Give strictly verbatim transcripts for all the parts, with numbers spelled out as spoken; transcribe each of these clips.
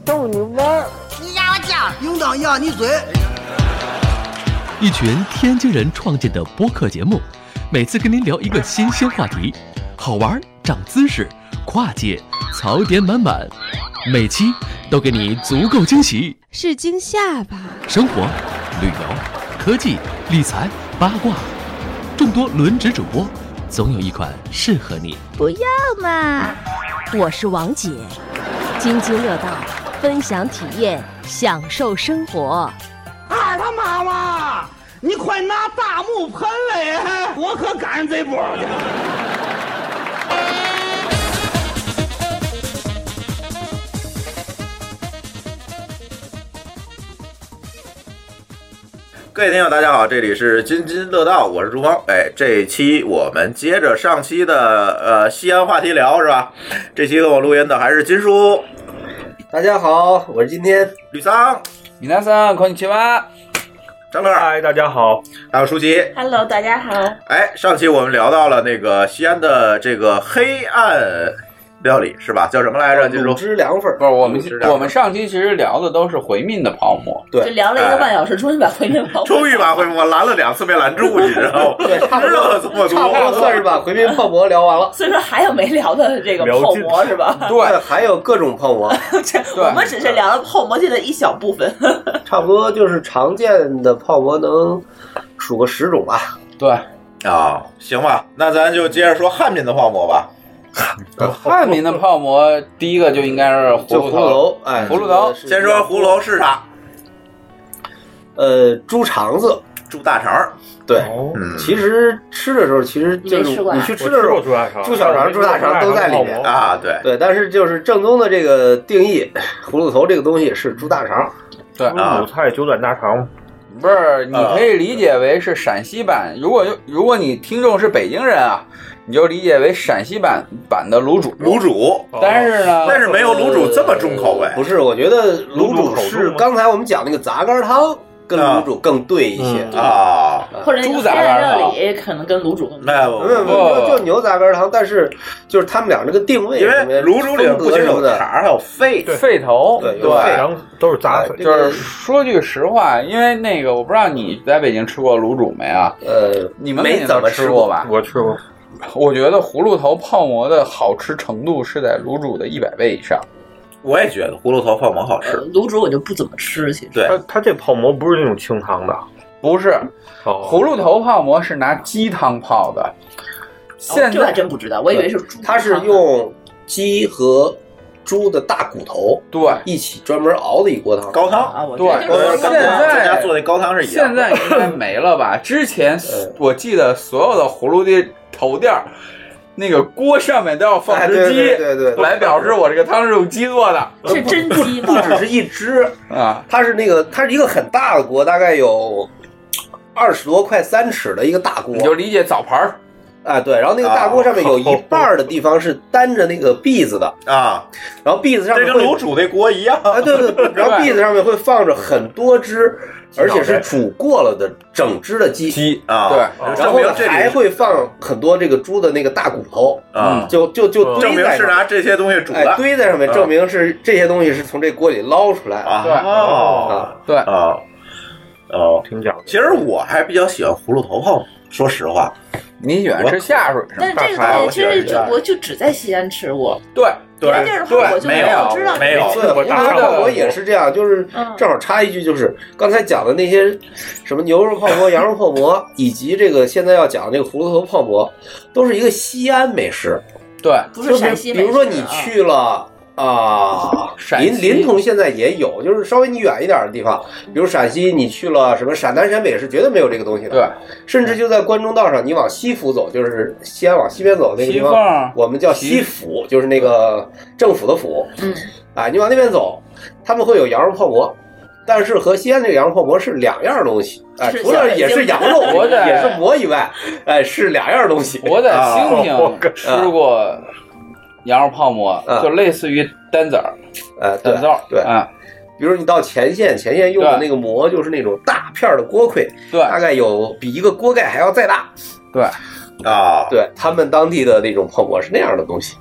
逗你玩。 你压我脚， 应当压你嘴。 一群天津人创建的播客节目，每次跟您聊一个新鲜话题，好玩、长姿势、跨界、槽点满满，每期都给你足够惊喜。 是惊吓吧？ 生活、旅游、科技、理财、八卦，众多轮值主播，总有一款适合你。 不要嘛！我是王姐，津津乐道，分享体验，享受生活。 二他妈妈，你快拿大木盆来，我可赶上这波去。 各位听友大家好，这里是津津乐道，我是朱芳。哎，这一期我们接着上期的呃西安话题聊是吧？这期跟我录音的还是金叔。 大家好，我是今天吕桑。 皆さんこんにちは。 张乐， 嗨，大家好。 还有舒淇。 Hello， 大家好。 哎，上期我们聊到了那个西安的这个黑暗料理是吧？叫什么来着？金叔？ 卤汁凉粉。 不是，我们我们上期其实聊的都是回民的泡馍。 对， 就聊了一个半小时，终于把回民泡馍。 终于把回民，我拦了两次没拦住，你知道吗？ 对，差不多了这么多， 差不多算是把回民泡馍聊完了。 所以说还有没聊的这个泡馍是吧？ 对，还有各种泡馍。 我们只是聊了泡馍界的一小部分。 差不多就是常见的泡馍能数个十种吧。 对啊，行吧，那咱就接着说汉民的泡馍吧。 汉民的泡馍，第一个就应该是葫芦头。 哎， 葫芦头。 先说葫芦头是啥？ 呃，猪肠子， 猪大肠。 对， 嗯， 其实吃的时候，其实就是你去吃的时候，猪小肠、猪大肠都在里面啊。对对，但是就是正宗的这个定义，葫芦头这个东西是猪大肠。 对啊，鲁菜九转大肠。 不是，你可以理解为是陕西版。如果如果你听众是北京人啊，你就理解为陕西版版的卤煮。 卤煮， 但是呢， 但是没有卤煮这么重口味。 不是，我觉得卤煮是刚才我们讲那个杂干汤跟卤煮更对一些啊， 或者猪杂干料理可能跟卤煮更对。 没有， 没有，没有，就牛杂干汤，但是就是他们俩这个定位， 因为卤煮里不仅有肠，还有肺、 肺头， 对对， 都是杂碎。 就是说句实话，因为那个我不知道你在北京吃过卤煮没啊？ 呃， 你们没怎么吃过吧？ 我吃过。 我觉得葫芦头泡馍的好吃程度是在卤煮的一百倍以上。 我也觉得葫芦头泡馍好吃， 呃、卤煮我就不怎么吃。其实， 对， 它它这泡馍不是那种清汤的， 不是， 哦、 葫芦头泡馍是拿鸡汤泡的。现在、 哦、这还真不知道，我以为是猪。 它是用鸡和猪的大骨头对一起专门熬的一锅汤， 高汤啊， 对， 现在家做那高汤是一样。 现在应该没了吧？之前我记得所有的葫芦的头店儿。那个锅上面都要放只鸡， 对对对， 来表示我这个汤是用鸡做的， 是真鸡吗？ 不只是一只啊， 它是那个，它是一个很大的锅，大概有二十多快三尺的一个大锅， 你就理解澡盆儿啊，对，然后那个大锅上面有一半的地方是担着那个篦子的啊， 然后篦子上面这跟卤煮那锅一样啊，对对，然后篦子上面会放着很多只。而且是煮过了的整只的鸡鸡啊， 对， 然后还会放很多这个猪的那个大骨头啊， 就就就证明是拿这些东西煮的， 哎，堆在上面，证明是这些东西是从这锅里捞出来啊， 对啊， 对啊，哦， 挺讲究。 其实我还比较喜欢葫芦头泡馍，说实话， 你喜欢吃下水是吗？但是这个东西其实我就只在西安吃过， 对。 别的地儿我就没有知道， 没有。 我大泡馍也是这样，就是正好插一句，就是刚才讲的那些什么牛肉泡馍、羊肉泡馍，以及这个现在要讲这个葫芦头泡馍，都是一个西安美食。 对， 不是陕西美食。 比如说你去了。啊，临临潼现在也有，就是稍微你远一点的地方，比如陕西，你去了什么陕南、陕北是绝对没有这个东西的。 对， 甚至就在关中道上，你往西府走，就是西安往西边走那个地方，我们叫西府，就是那个政府的府。 嗯， 啊，你往那边走，他们会有羊肉泡馍。但是和西安这个羊肉泡馍是两样东西，哎、呃，除了也是羊肉，也是馍以外，哎、呃，是两样东西。 我在兴平吃过羊肉泡馍， 啊、 就类似于担子儿， 呃， 担枣， 对啊。 比如你到前线，前线用的那个馍就是那种大片的锅盔， 对， 大概有比一个锅盖还要再大。 对， 啊， 对他们当地的那种泡馍是那样的东西。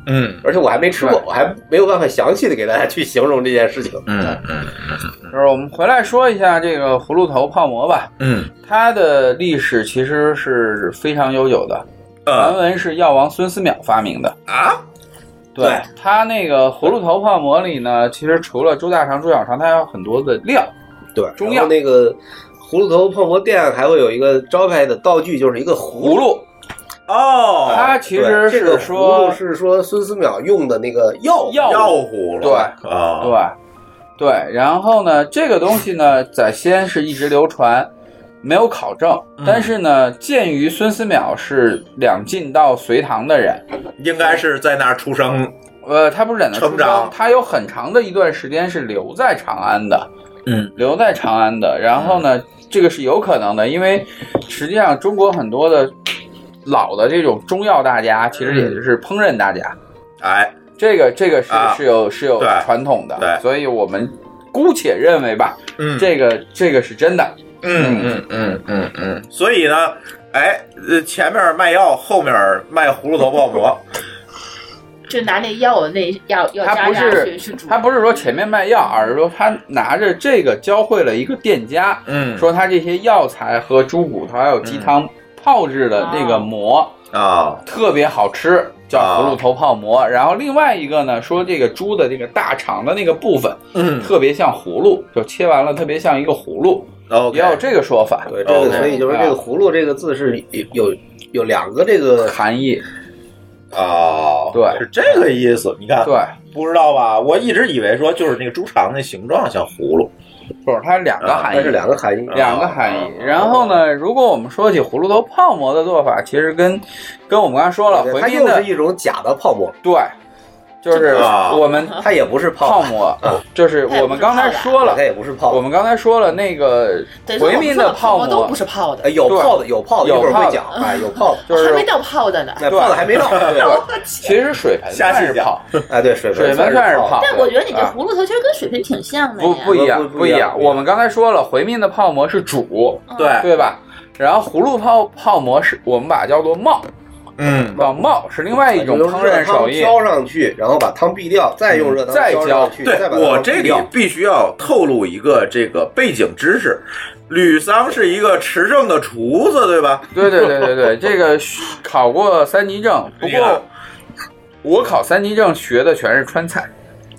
嗯， 而且我还没吃过，我还没有办法详细的给大家去形容这件事情。 嗯嗯就是我们回来说一下这个葫芦头泡馍吧。 嗯， 它的历史其实是非常悠久的，传闻是药王孙思邈发明的啊。 对，它那个葫芦头泡馍里呢，其实除了猪大肠、猪小肠，它还有很多的料， 对， 中药。 那个葫芦头泡馍店还会有一个招牌的道具，就是一个葫芦。 哦， 它其实是说， 这个葫芦是说孙思邈用的那个药药药葫芦， 对啊， 对对。然后呢，这个东西呢，在西安是一直流传，没有考证。 嗯、 但是呢，鉴于孙思邈是两晋到隋唐的人， 应该是在那儿出生。 呃，他不是在那儿成长， 他有很长的一段时间是留在长安的， 嗯， 留在长安的。然后呢，这个是有可能的，因为实际上中国很多的老的这种中药大家，其实也就是烹饪大家， 哎， 这个这个是、 啊、 是有是有传统的， 对， 所以我们姑且认为吧， 嗯， 这个这个是真的， 嗯嗯嗯嗯嗯。所以呢，哎，前面卖药，后面卖葫芦头泡馍。 就拿那药那药药渣渣去去煮， 他不是说前面卖药，而是说他拿着这个教会了一个店家， 嗯， 说他这些药材和猪骨头还有鸡汤泡制的那个馍啊、 嗯，特别好吃，叫葫芦头泡馍。然后另外一个呢，说这个猪的这个大肠的那个部分， 嗯， 特别像葫芦，就切完了特别像一个葫芦， okay, 也有这个说法。 对，这个所以就是这个葫芦这个字是有有有两个这个含义。 哦， 对， 是这个意思。你看， 对， 不知道吧？我一直以为说就是那个猪肠那形状像葫芦， 不是，它是两个含义， 它是两个含义， 两个含义。然后呢，如果我们说起葫芦头泡馍的做法，其实跟跟我们刚才说了，回民的它又是一种假的泡馍， 对。就是我们， 它也不是泡馍，就是我们刚才说了， 它也不是泡。 我们刚才说了，那个回民的泡馍都不是泡的， 有泡的，有泡的，一会儿会讲，哎，有泡的， 就是还没到泡的呢， 那泡的还没到。 其实水盆算是泡， 哎，对，水盆算是泡。 但我觉得你这葫芦头其实跟水盆挺像的不不一样，不一样。我们刚才说了，回民的泡馍是煮， 对对吧？然后葫芦泡泡馍是我们把它叫做冒。 嗯， 叫冒是另外一种烹饪手艺， 浇上去，然后把汤避掉，再用热汤再浇去。 对，我这里必须要透露一个这个背景知识，吕桑是一个持证的厨子，对吧？ 对对对对对，这个考过三级证，不过我考三级证学的全是川菜。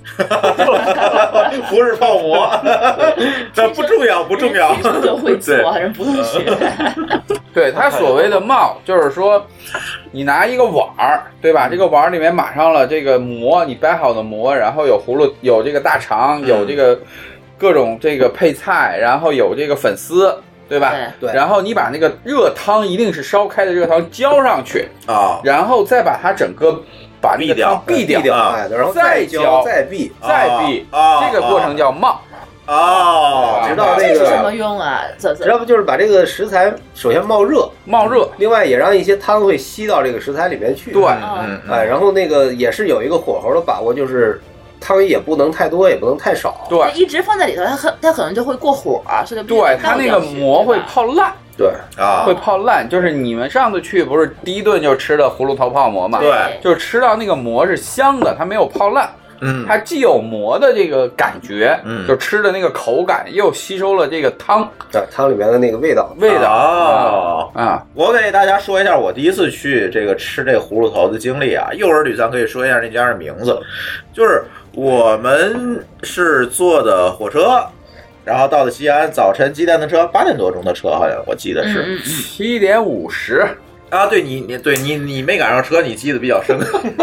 不是泡馍，这不重要，不重要。 就会做，人不用学。 对他所谓的冒，就是说，你拿一个碗儿，对吧？这个碗里面码上了这个馍，你掰好的馍，然后有葫芦，有这个大肠，有这个各种这个配菜，然后有这个粉丝，对吧？ 对。 然后你把那个热汤，一定是烧开的热汤浇上去啊， 然后再把它整个。把那个汤避掉， 哎，然后再浇，再避， 再避，这个过程叫冒。 哦， 直到那个这是什么用啊？ 知道不？就是把这个食材首先冒热， 冒热， 另外也让一些汤会吸到这个食材里面去。 对， 嗯， 哎，然后那个也是有一个火候的把握，就是汤也不能太多，也不能太少。 对， 一直放在里头，它很它可能就会过火，所以对它那个馍会泡烂。 对啊， 会泡烂。就是你们上次去不是第一顿就吃的葫芦头泡馍嘛？ 对， 就是吃到那个馍是香的，它没有泡烂。 嗯， 它既有馍的这个感觉， 嗯， 就吃的那个口感，又吸收了这个汤， 对，汤里面的那个味道， 味道啊啊！ 我给大家说一下我第一次去这个吃这个葫芦头的经历啊。一会儿吕桑可以说一下那家的名字，就是我们是坐的火车。然后到了西安，早晨几点的车？八点多钟的车，好像我记得是七点五十啊。对你，你对你你没赶上车，你记得比较深。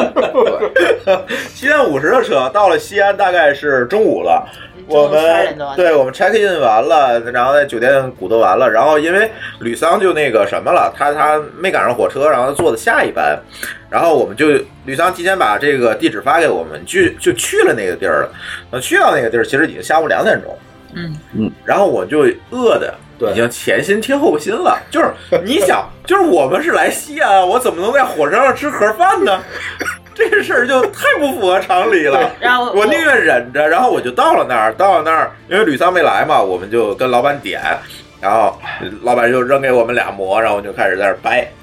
七点五十的车到了西安，大概是中午了。我们对我们 check in 完了，然后在酒店鼓捣完了，然后因为吕桑就那个什么了，他他没赶上火车，然后他坐的下一班，然后我们就吕桑提前把这个地址发给我们，去就去了那个地儿了。那去到那个地儿，其实已经下午两点钟。 嗯嗯， 然后我就饿的已经前心贴后心了，就是你想，就是我们是来西安，我怎么能在火车上吃盒饭呢？这个事儿就太不符合常理了。 然后我宁愿忍着，然后我就到了那儿，到了那儿，因为吕桑没来嘛，我们就跟老板点，然后老板就扔给我们俩馍，然后我就开始在那儿掰。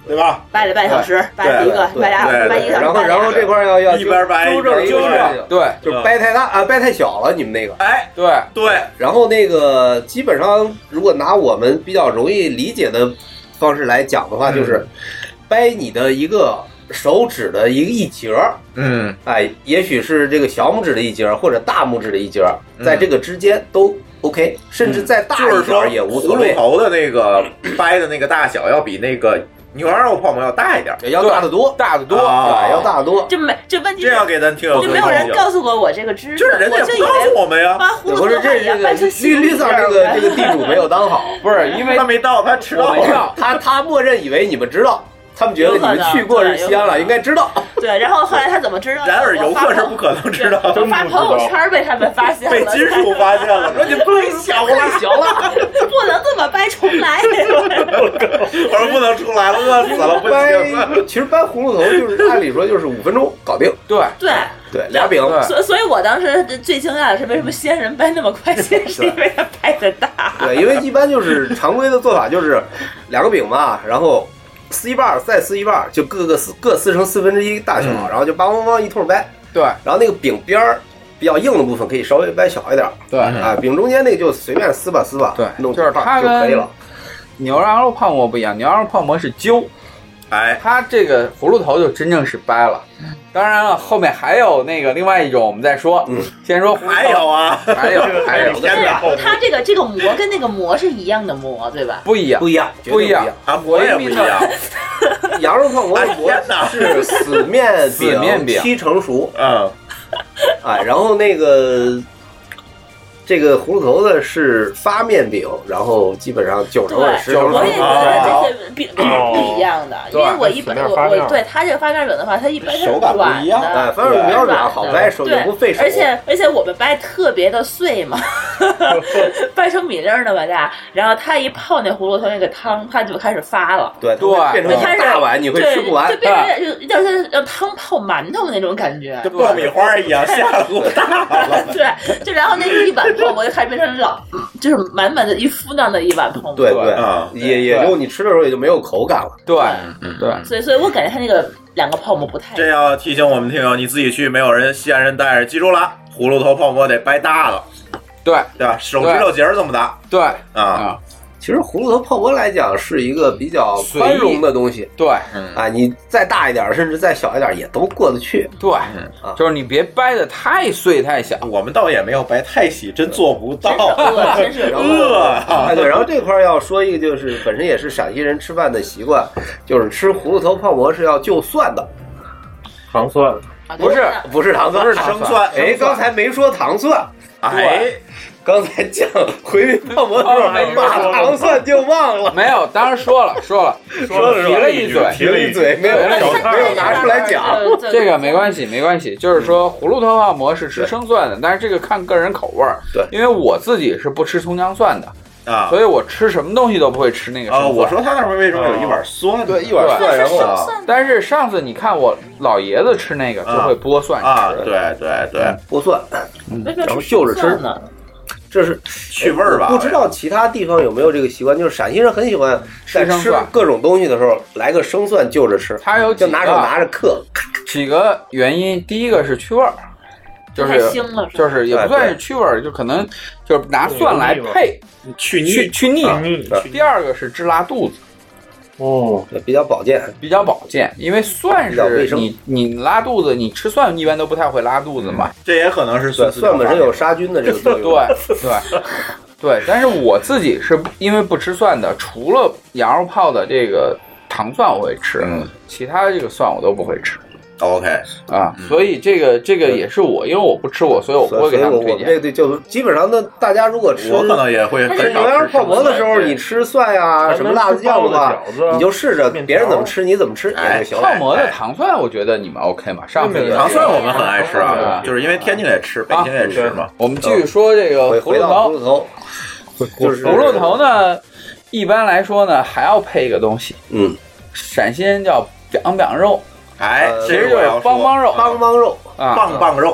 对吧？ 掰了半小时，掰了一个，掰俩，掰一个， 然后然后这块要要一边掰纠正一个事情， 对， 就是掰太大啊，掰太小了，你们那个， 哎， 对对。 然后那个基本上，如果拿我们比较容易理解的方式来讲的话，就是掰你的一个手指的一个一节， 嗯， 哎，也许是这个小拇指的一节，或者大拇指的一节，在这个之间都 OK， 甚至再大一点也无所谓。 葫芦头的那个掰的那个大小要比那个牛羊肉泡馍要大一点， 要大得多， 大得多， 啊，要大得多。 这没这问题， 这样给咱听友就没有人告诉过我这个知识， 就是人家不告诉我们呀。 不是这这个绿绿色这个这个地主没有当好， 不是因为他没到，他迟到了，他他默认以为你们知道。他们觉得你们去过是西安了，应该知道。 对，然后后来他怎么知道？ 然而游客是不可能知道， 我发朋友圈被他们发现了， 被金属发现了，说你掰小了， 小了， 不能这么掰，重来。 我说不能重来了，饿死了，不行。 其实掰葫芦头就是按理说就是五分钟搞定。 对对对，俩饼。 所所以，我当时最惊讶的是，为什么西安人掰那么快？其实是因为他掰的大。 对，因为一般就是常规的做法就是两个饼嘛，然后。撕一半，再撕一半，就各个撕各撕成四分之一大小，嗯、然后就梆梆梆一通掰。 对， 然后那个饼边儿比较硬的部分可以稍微掰小一点。 对啊，饼中间那个就随便撕吧撕吧， 对， 弄就是它就可以了。 牛羊肉泡馍不一样，牛羊肉泡馍是揪， 哎， 它这个葫芦头就真正是掰了。当然了，后面还有那个另外一种，我们再说。嗯，先说还有啊， 还有还有。 天哪！ 它这个这个馍跟那个馍是一样的馍，对吧？ 不一样， 不一样， 不一样啊！馍也不一样。 羊肉泡馍的馍是死面死面饼七成熟， 嗯， 哎，然后那个。这个葫芦头的是发面饼，然后基本上九成是十成熟。 我也觉得这些饼不一样的，因为我一般我我对它这个发面饼的话，它一般是软的， 哎，发面饼比较软，好掰，手也不费手。 而且而且我们掰特别的碎嘛，掰成米粒那么大，然后它一泡那葫芦头那个汤，它就开始发了。 对对，变成一大碗，你会吃不完， 就变成要像让汤泡馒头那种感觉， 就爆米花一样，下了锅大了。 对，就然后那一碗泡馍就开始变成老，就是满满的一敷那的一碗泡馍。 对对啊，也也就你吃的时候也就没有口感了。 对，嗯对。 所以所以我感觉它那个两个泡馍不太。 这要提醒我们听友，你自己去，没有人西安人带着，记住了，葫芦头泡馍得掰大了。 对对吧？手指头节儿这么大。 对啊。 其实葫芦头泡馍来讲是一个比较宽容的东西， 对， 啊，你再大一点，甚至再小一点也都过得去。 对，嗯啊，就是你别掰得太碎太小。 我们倒也没有掰太细，真做不到， 真是饿啊！对，然后这块要说一个，就是本身也是陕西人吃饭的习惯，就是吃葫芦头泡馍是要就蒜的， 糖蒜不是不是糖蒜， 是生蒜。 哎，刚才没说糖蒜， 哎。 刚才讲回民泡馍的时候，把糖蒜就忘了。 没有，当时说了，说了， 说了， 提了一嘴， 提了一嘴，没有没有拿出来讲。 这个没关系，没关系。就是说，葫芦头泡馍是吃生蒜的，但是这个看个人口味儿。 对， 因为我自己是不吃葱姜蒜的啊， 所以我吃什么东西都不会吃那个生蒜。 我说他那边为什么有一碗蒜？ 对，一碗蒜，然后。 但是上次你看我老爷子吃那个就会剥蒜吃啊，对对对， 剥蒜，然后就着吃呢。这是去味儿吧？ 不知道其他地方有没有这个习惯，就是陕西人很喜欢在吃各种东西的时候来个生蒜就着吃。 他有就拿手拿着嗑。 几个原因，第一个是去味儿，就是就是也不算是去味儿，就可能就是拿蒜来配去腻去去腻。第二个是治拉肚子。 哦，比较保健， 比较保健，因为蒜是你你拉肚子，你吃蒜一般都不太会拉肚子嘛。 这也可能是蒜蒜本身有杀菌的这个作用。 对对对，但是我自己是因为不吃蒜的，除了羊肉泡的这个糖蒜我会吃， 嗯， 其他的这个蒜我都不会吃。 OK 啊，所以这个这个也是我，因为我不吃我，所以我不会给他们推荐。 对对，就基本上的大家如果吃， 我可能也会吃牛羊泡馍的时候，你吃蒜呀什么辣子酱的话，你就试着别人怎么吃你怎么吃也就行了。 泡馍的糖蒜，我觉得你们 OK 吗？上次糖蒜我们很爱吃啊，就是因为天津也吃，北京也吃嘛。 我们继续说这个葫芦头， 葫芦头， 就是葫芦头呢，一般来说呢还要配一个东西， 嗯， 陕西人叫 biang biang 肉。 哎， 其实就是棒棒肉， 棒棒肉啊， 棒棒肉，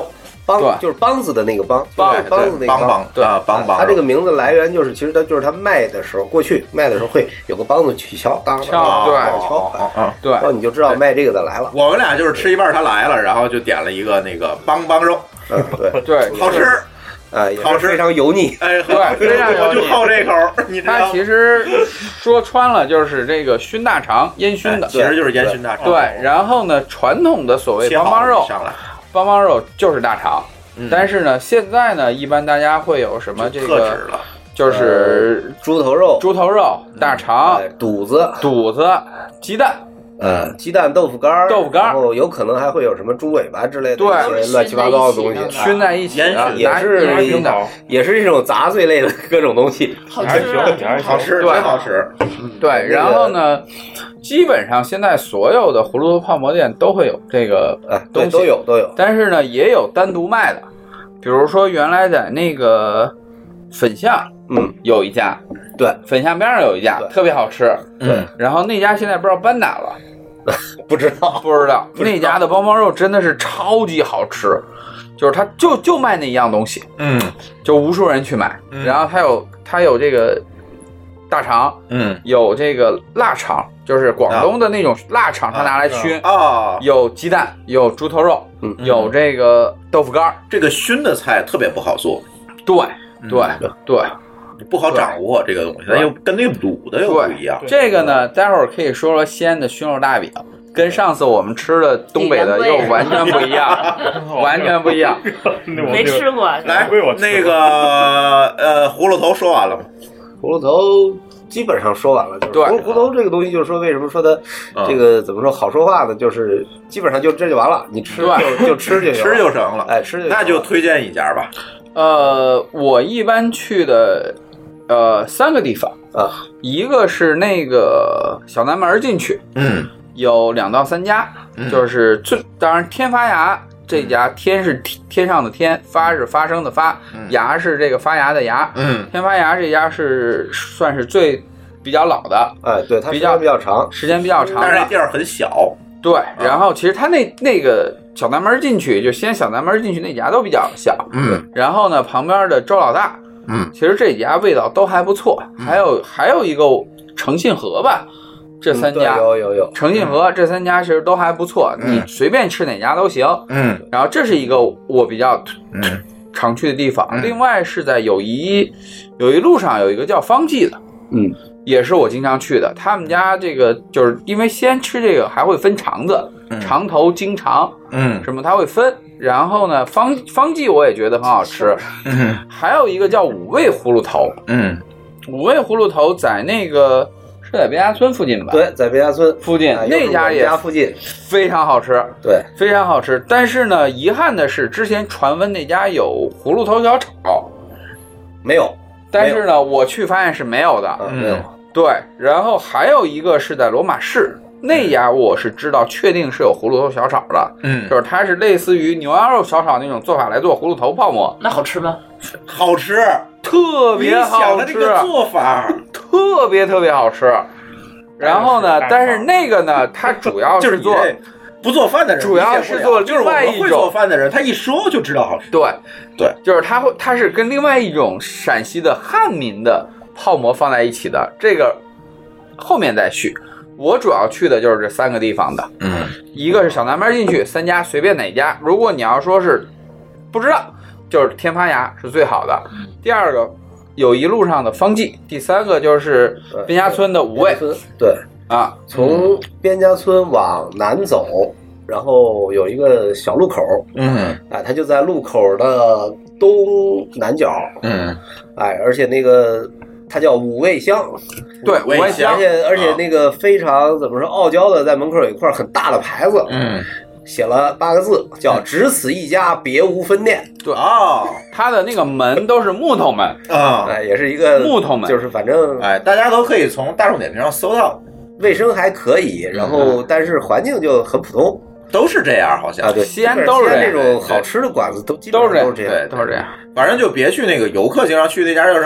梆就是梆子的那个梆， 梆梆子那个梆梆啊梆梆。 它这个名字来源就是，其实它就是它卖的时候，过去卖的时候会有个梆子去敲，当敲对敲啊对， 然后你就知道卖这个的来了。 我们俩就是吃一半他来了，然后就点了一个那个梆梆肉， 嗯对对， 好吃。 啊，好吃，非常油腻， 哎， 对，非常油腻，我就好这口。你知道， 它其实说穿了就是这个熏大肠，烟熏的， 其实就是烟熏大肠。 对，然后呢，传统的所谓梆梆肉上来， 梆梆肉就是大肠，但是呢，现在呢，一般大家会有什么这个，就是猪头肉、 猪头肉、大肠、 肚子、 肚子、鸡蛋。 呃，鸡蛋、豆腐干、 豆腐干， 然后有可能还会有什么猪尾巴之类的， 对， 一些乱七八糟的东西熏在一起， 也是也是一种杂碎类的各种东西， 好吃， 好吃，真好吃。 对，然后呢，基本上现在所有的葫芦头泡馍店都会有这个东西， 都有都有， 但是呢，也有单独卖的，比如说原来在那个粉巷， 嗯， 有一家， 对， 粉巷边上有一家，特别好吃， 对， 然后那家现在不知道搬哪了。 不知道， 不知道，那家的梆梆肉真的是超级好吃，就是他就就卖那一样东西， 嗯， 就无数人去买，嗯、然后他有他有这个大肠， 嗯， 有这个腊肠，就是广东的那种腊肠，他拿来熏啊， 有鸡蛋，有猪头肉， 嗯， 有这个豆腐干， 这个熏的菜特别不好做， 对对、嗯、对。 不好掌握这个东西，它又跟那个卤的又不一样。 这个呢，待会儿可以说说西安的熏肉大饼，跟上次我们吃的东北的又完全不一样，完全不一样。 没吃过。 来，那个呃，葫芦头说完了吗？ 葫芦头基本上说完了，就是葫芦头这个东西，就是说为什么说它这个怎么说好说话呢？就是基本上就这就完了，你吃就就吃就行， 吃就成了。 哎，吃就那就推荐一家吧。 呃，我一般去的。呃，三个地方啊， 一个是那个小南门进去， 嗯， 有两到三家， 嗯、 就是最当然天发芽这家，天是天上的天，发是发生的发， 嗯、 芽是这个发芽的芽， 嗯， 天发芽这家是算是最比较老的， 哎，对，它比较比较长， 时间比较长， 但是那地儿很小， 对，然后其实它那那个小南门进去，就先小南门进去那家都比较小， 嗯， 然后呢，旁边的周老大。 嗯， 其实这几家味道都还不错，嗯、还有还有一个诚信和吧，这三家、 嗯、有有有诚信和、嗯、这三家其实都还不错，嗯、你随便吃哪家都行。 嗯， 然后这是一个我比较嗯常去的地方。 嗯、 另外是在友谊友谊路上有一个叫方记的， 嗯， 也是我经常去的。他们家这个就是因为西安吃这个还会分肠子， 嗯、 肠头、经肠， 嗯， 什么它会分。然后呢，方方记我也觉得很好吃， 嗯， 还有一个叫五味葫芦头， 嗯， 五味葫芦头在那个是在别家村附近吧？ 对，在别家村附近、哎、那家也家附近非常好吃， 对， 非常好吃。但是呢，遗憾的是，之前传闻那家有葫芦头小炒， 没有。 但是呢，我去发现是没有的， 嗯、没有。 对，然后还有一个是在罗马市。那家我是知道，确定是有葫芦头小炒的， 嗯， 就是它是类似于牛羊肉小炒那种做法来做葫芦头泡馍。 那好吃吗？ 好吃， 特别好吃， 这个做法特别特别好吃。然后呢，但是那个呢，它主要是做不做饭的人， 主要是做另外一种会做饭的人，他一说就知道好吃。 对对， 就是它会，它是跟另外一种陕西的汉民的泡馍放在一起的，这个后面再续。我主要去的就是这三个地方的， 嗯， 一个是小南门进去，三家随便哪家。如果你要说是不知道，就是天发芽是最好的。第二个友谊路上的方记，第三个就是边家村的五味。 对啊， 从边家村往南走，然后有一个小路口， 嗯， 哎，它就在路口的东南角， 嗯， 哎，而且那个。它叫五味香， 对，五味香， 而且而且那个非常怎么说傲娇的，在门口有一块很大的牌子， 嗯， 写了八个字，叫“只此一家，别无分店”。 对啊， 它的那个门都是木头门啊， 哎，也是一个木头门， 就是反正哎，大家都可以从大众点评上搜到， 卫生还可以，然后但是环境就很普通。 都是这样，好像啊，对， 西安都是这种好吃的馆子都基本上都是这样， 对，都是这样。 反正就别去那个游客经常去那家叫什么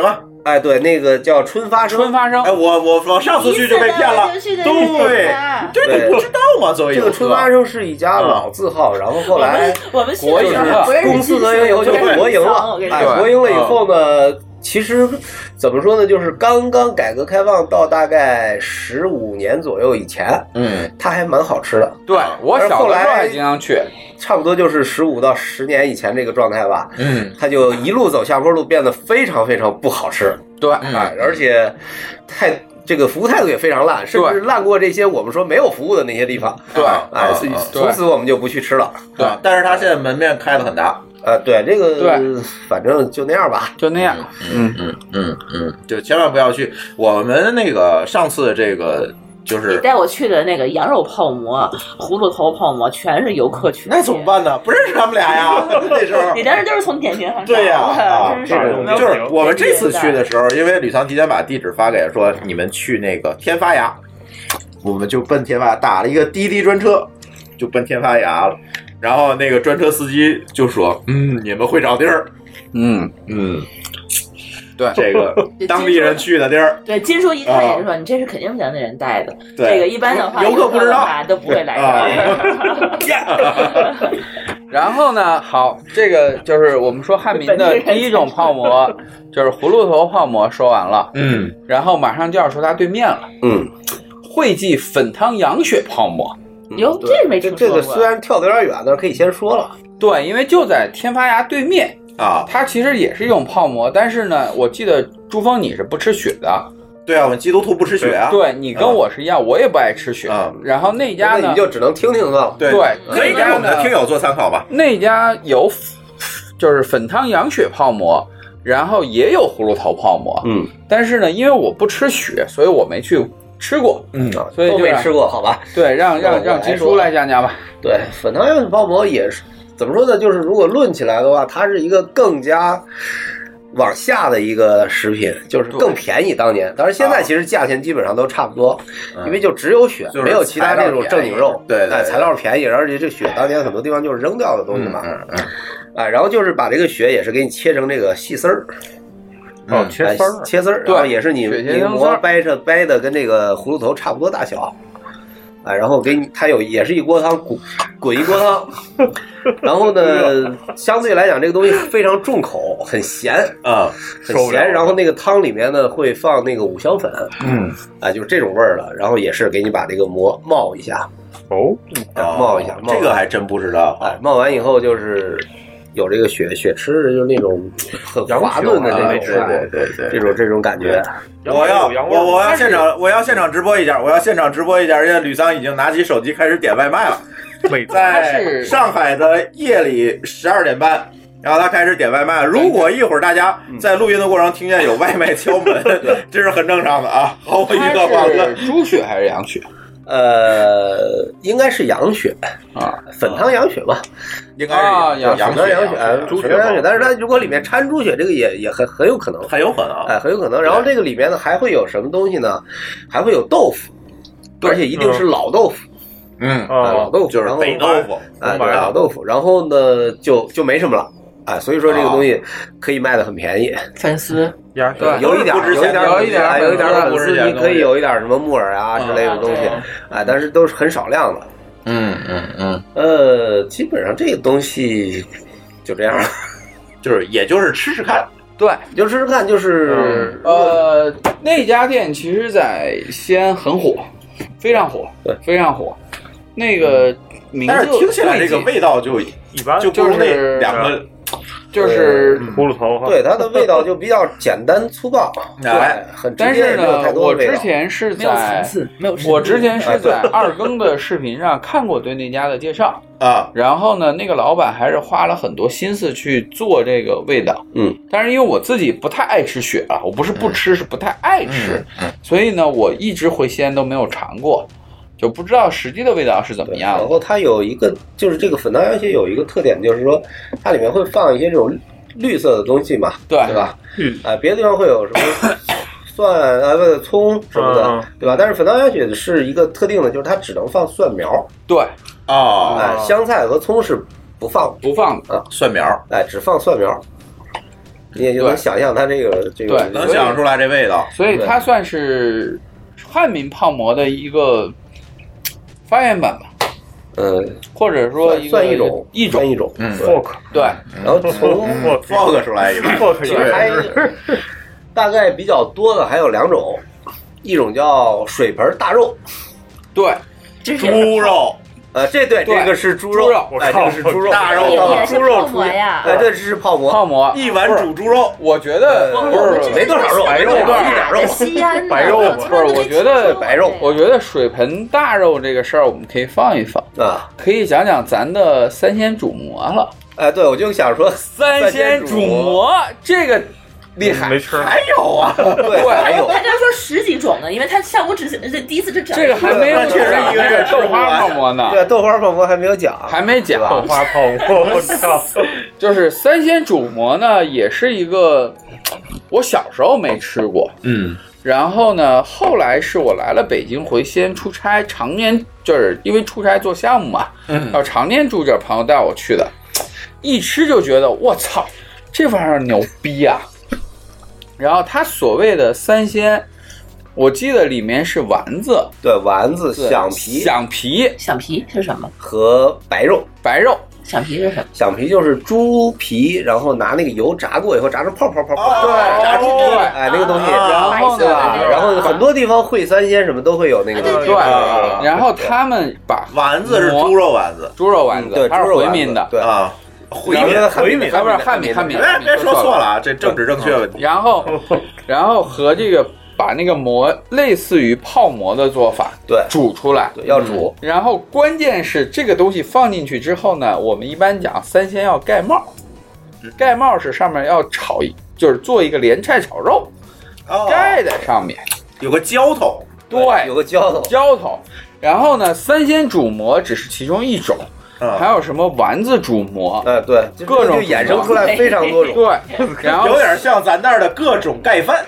哎，对，那个叫春发生。 春发生， 哎，我我我上次去就被骗了，对，这你不知道吗？作为这个春发生是一家老字号，然后后来我们国营了，公司合营以后就国营了，哎，国营了以后呢，其实怎么说呢，就是刚刚改革开放到大概十五年左右以前， 嗯， 它还蛮好吃的。 对我小的时候还经常去， 差不多就是十五到十年以前这个状态吧。 嗯， 它就一路走下坡路，变得非常非常不好吃。 对， 哎，而且太这个服务态度也非常烂，甚至烂过这些我们说没有服务的那些地方。 对， 哎，从此我们就不去吃了。 对，但是它现在门面开得很大。 呃，对，这个对，反正就那样吧， 就那样。 嗯嗯嗯嗯，就千万不要去。我们那个上次这个就是你带我去的那个羊肉泡馍、葫芦头泡馍，全是游客去。 那怎么办呢？不认识他们俩呀，那时候。 你当时就是从点评上对呀，啊， 真是就是我们这次去的时候，因为吕桑提前把地址发给说你们去那个天发崖，我们就奔天发崖打了一个滴滴专车，就奔天发崖了。然后那个专车司机就说：“嗯，你们会找地儿。” 嗯嗯， 对， 这个当地人去的地儿。 对，金叔一看也是说：“你这是肯定咱的人带的。” 对， 这个一般的话， 游客不知道都不会来这儿。然后呢，好，这个就是我们说汉民的第一种泡馍，就是葫芦头泡馍，说完了。 嗯， 然后马上就要说它对面了。 嗯， 惠记粉汤羊血泡馍。 哟，这个没听说过。这个虽然跳得有点远，但是可以先说了。 对，因为就在天发崖对面啊， 它其实也是一种泡馍，但是呢，我记得朱峰你是不吃血的。 对啊，我们基督徒不吃血啊。 对，你跟我是一样，嗯、我也不爱吃血。 嗯、 然后那家呢， 你就只能听听了。 对， 对可以给我们的听友做参考吧。 那家有就是粉汤羊血泡馍，然后也有葫芦头泡馍。 嗯， 但是呢，因为我不吃血，所以我没去。吃过， 嗯， 所以就都没吃过，好吧？ 对，让让让金叔来讲讲吧。 对，粉汤羊血泡馍也是怎么说呢？就是如果论起来的话，它是一个更加往下的一个食品，就是更便宜。当年，当然现在其实价钱基本上都差不多，因为就只有血，没有其他那种正经肉。 对， 哎，材料便宜，而且这血当年很多地方就是扔掉的东西嘛。 嗯嗯。 哎，然后就是把这个血也是给你切成这个细丝儿。 哦，切丝儿， 切丝儿，然后也是你你馍掰着掰的跟这个葫芦头差不多大小，哎，然后给你它有也是一锅汤滚滚一锅汤，然后呢，相对来讲这个东西非常重口，很咸啊， 很咸，然后那个汤里面呢会放那个五香粉， 嗯， 哎，就是这种味儿的，然后也是给你把这个馍冒一下， 哦， 冒一下， 这个还真不知道， 哎，冒完以后就是。有这个血血吃的就是那种很滑润的这种， 对对对， 这种这种感觉。 我要我我要现场我要现场直播一下，我要现场直播一下，因为吕桑已经拿起手机开始点外卖了，在上海的夜里十二点半，然后他开始点外卖。如果一会儿大家在录音的过程听见有外卖敲门，这是很正常的啊，毫无疑问。 是猪血还是羊血？ 呃，应该是羊血啊， 粉汤羊血吧， 应该是羊羊血，羊血，猪血羊血。但是它如果里面掺猪血，这个也也很很有可能， 很有可能， 哎，很有可能。然后这个里面呢还会有什么东西呢？还会有豆腐，而且一定是老豆腐， 嗯， 老豆腐就是北豆腐， 哎，老豆腐。然后呢，就就没什么了。哎，所以说这个东西可以卖的很便宜， 粉丝， 对，有一点，有一点， 有一点， 有一点粉丝，你可以有一点什么木耳啊之类的东西，哎，但是都是很少量的。 嗯嗯嗯， 呃，基本上这个东西就这样， 就是也就是吃吃看， 对， 就吃吃看，就是呃，那家店其实在西安很火，非常火， 对， 非常火。那个名字， 但是听起来这个味道就一般， 就就是两个。 就是葫芦头， 对它的味道就比较简单粗暴，对，很直接。 但是呢，我之前是在我之前是在二更的视频上看过对那家的介绍啊， 然后呢，那个老板还是花了很多心思去做这个味道， 嗯， 但是因为我自己不太爱吃血啊，我不是不吃，是不太爱吃，所以呢，我一直回西安都没有尝过。就不知道实际的味道是怎么样的。 然后它有一个，就是这个粉汤羊血有一个特点，就是说它里面会放一些这种绿色的东西嘛， 对对吧？嗯，啊，别的地方会有什么蒜啊、不葱什么的，嗯、对吧？但是粉汤羊血是一个特定的，就是它只能放蒜苗。 对， 啊， 哎，香菜和葱是不放不放啊， 蒜苗， 哎，只放蒜苗。 你也就能想象它这个这个， 对， 能想象出来这味道。 所以它算是汉民泡馍的一个发源版吧。 嗯， 或者说一算一种一种一种， 嗯 ，folk， 对， 然后从 folk 出来一个 folk 其实还大概比较多的还有两种，一种叫水盆大肉， 对， 猪肉。 呃，这对，这个是猪肉，哎，这个是猪肉， 大肉， 猪肉出呀， 哎，这是泡馍， 泡馍， 一碗煮猪肉， 我觉得不是没多少肉，白肉，一点肉， 西安白肉， 不是，我觉得白肉， 我觉得水盆大肉这个事儿我们可以放一放啊， 可以讲讲咱的三鲜煮馍了。 哎，对，我就想说三鲜煮馍这个。厉害， 没吃， 还有啊， 对，还有。 大家说十几种呢，因为他项目只这第一次是讲这个还没有讲一个豆花泡馍呢， 对，豆花泡馍还没有讲， 还没讲豆花泡馍，我操！ 就是三鲜煮馍呢，也是一个我小时候没吃过， 嗯， 然后呢，后来是我来了北京回西安出差，常年就是因为出差做项目嘛， 嗯， 要常年住这儿，朋友带我去的，一吃就觉得我操，这玩意儿牛逼啊！然后它所谓的三鲜，我记得里面是丸子， 对，丸子、响皮、 响皮、 响皮是什么？ 和白肉， 白肉。 响皮是什么？ 响皮就是猪皮，然后拿那个油炸过以后，炸成泡泡泡泡， 哦、对， 炸猪皮，哎，那个东西， 然后呢， 然后很多地方烩三鲜什么都会有那个东西， 对，然后他们把丸子是猪肉丸子， 猪肉丸子， 对， 它是回民的， 对啊。回民， 回民， 不是汉民，汉民， 别别说错了啊，这政治正确问题。 然后，然后和这个把那个馍类似于泡馍的做法， 对， 煮出来， 对，要煮。 然后关键是这个东西放进去之后呢，我们一般讲三鲜要盖帽，盖帽是上面要炒一，就是做一个莲菜炒肉，盖在上面， 有个浇头， 对， 有个浇头， 浇头。然后呢，三鲜煮馍只是其中一种。还有什么丸子煮馍？ 哎，对， 各种就衍生出来非常多种。 对，然后有点像咱那儿的各种盖饭。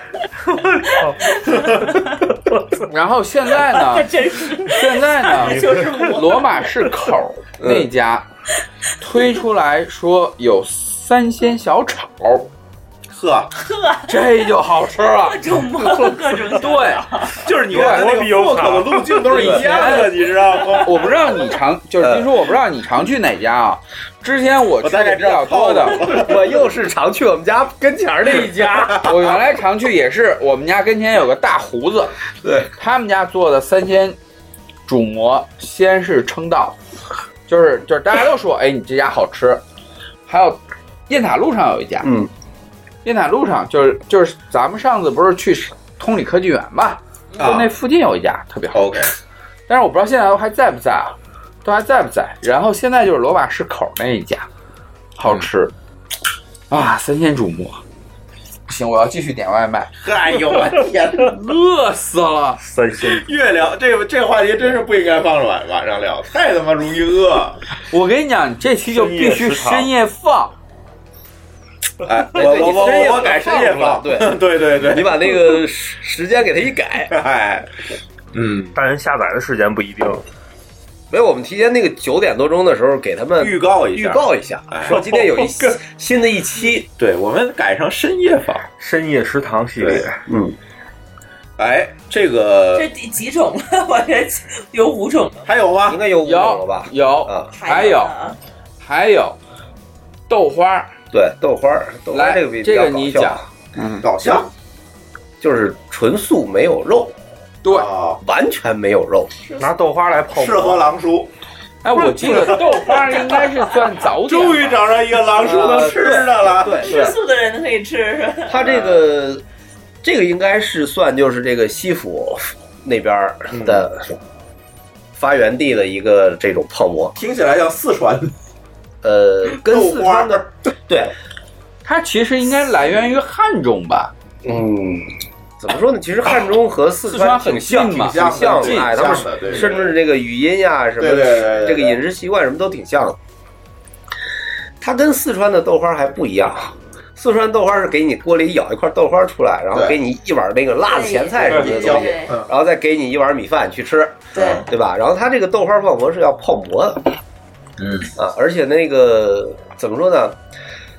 然后现在呢？现在呢？ 就是罗马市口那家推出来说有三鲜小炒。 呵呵， 这就好吃了， 各种馍，各种对， 就是你看那个户口的路径都是一样的，你知道吗？ 我不知道你常，就是听说我不知道你常去哪家啊？之前我去的比较多的， 我又是常去我们家跟前那一家。 我原来常去也是我们家跟前有个大胡子， 对他们家做的三鲜煮馍，先是称道，就是就是大家都说，哎，你这家好吃。还有雁塔路上有一家， 嗯。 雁塔路上就是就是咱们上次不是去通理科技园嘛，就那附近有一家特别好。 OK， 但是我不知道现在都还在不在啊，都还在不在？然后现在就是罗马市口那一家，好吃、嗯、啊！三鲜煮馍，不行，我要继续点外卖。 哎呦我天， 饿死了！ 三鲜越聊这个这个话题真是不应该放着晚晚上聊，太他妈容易饿。 我跟你讲，这期就必须深夜放。 哎，我我我我改深夜放，对对对对， 你把那个时间给它一改， 哎，嗯， 但是下载的时间不一定。 没有，我们提前那个九点多钟的时候给他们预告一下， 预告一下，说今天有一新的一期， 对我们改成深夜放， 深夜食堂系列， 嗯， 哎，这个这第几种了？我这有五种了， 还有吗？ 应该有五种了吧？ 有啊， 还有还有豆花。 对，豆花儿，豆花这个比这个你讲， 嗯，搞笑， 就是纯素没有肉， 对， 完全没有肉， 拿豆花来泡， 适合狼叔。 哎，我记得豆花应该是算早点， 终于找着一个狼叔能吃的了。 对， 吃素的人可以吃。 他这个这个应该是算就是这个西府那边的发源地的一个这种泡馍， 听起来像四川。 呃，跟四川的对， 它其实应该来源于汉中吧？ 嗯，怎么说呢？其实汉中和四川很像， 嘛， 挺像的，哎，他们对甚至这个语音呀、什么的，这个饮食习惯什么都挺像的。它跟四川的豆花还不一样，四川豆花是给你锅里舀一块豆花出来，然后给你一碗那个辣子咸菜什么的东西，然后再给你一碗米饭去吃， 对对吧？然后它这个豆花泡馍是要泡馍的。 嗯啊，而且那个怎么说呢？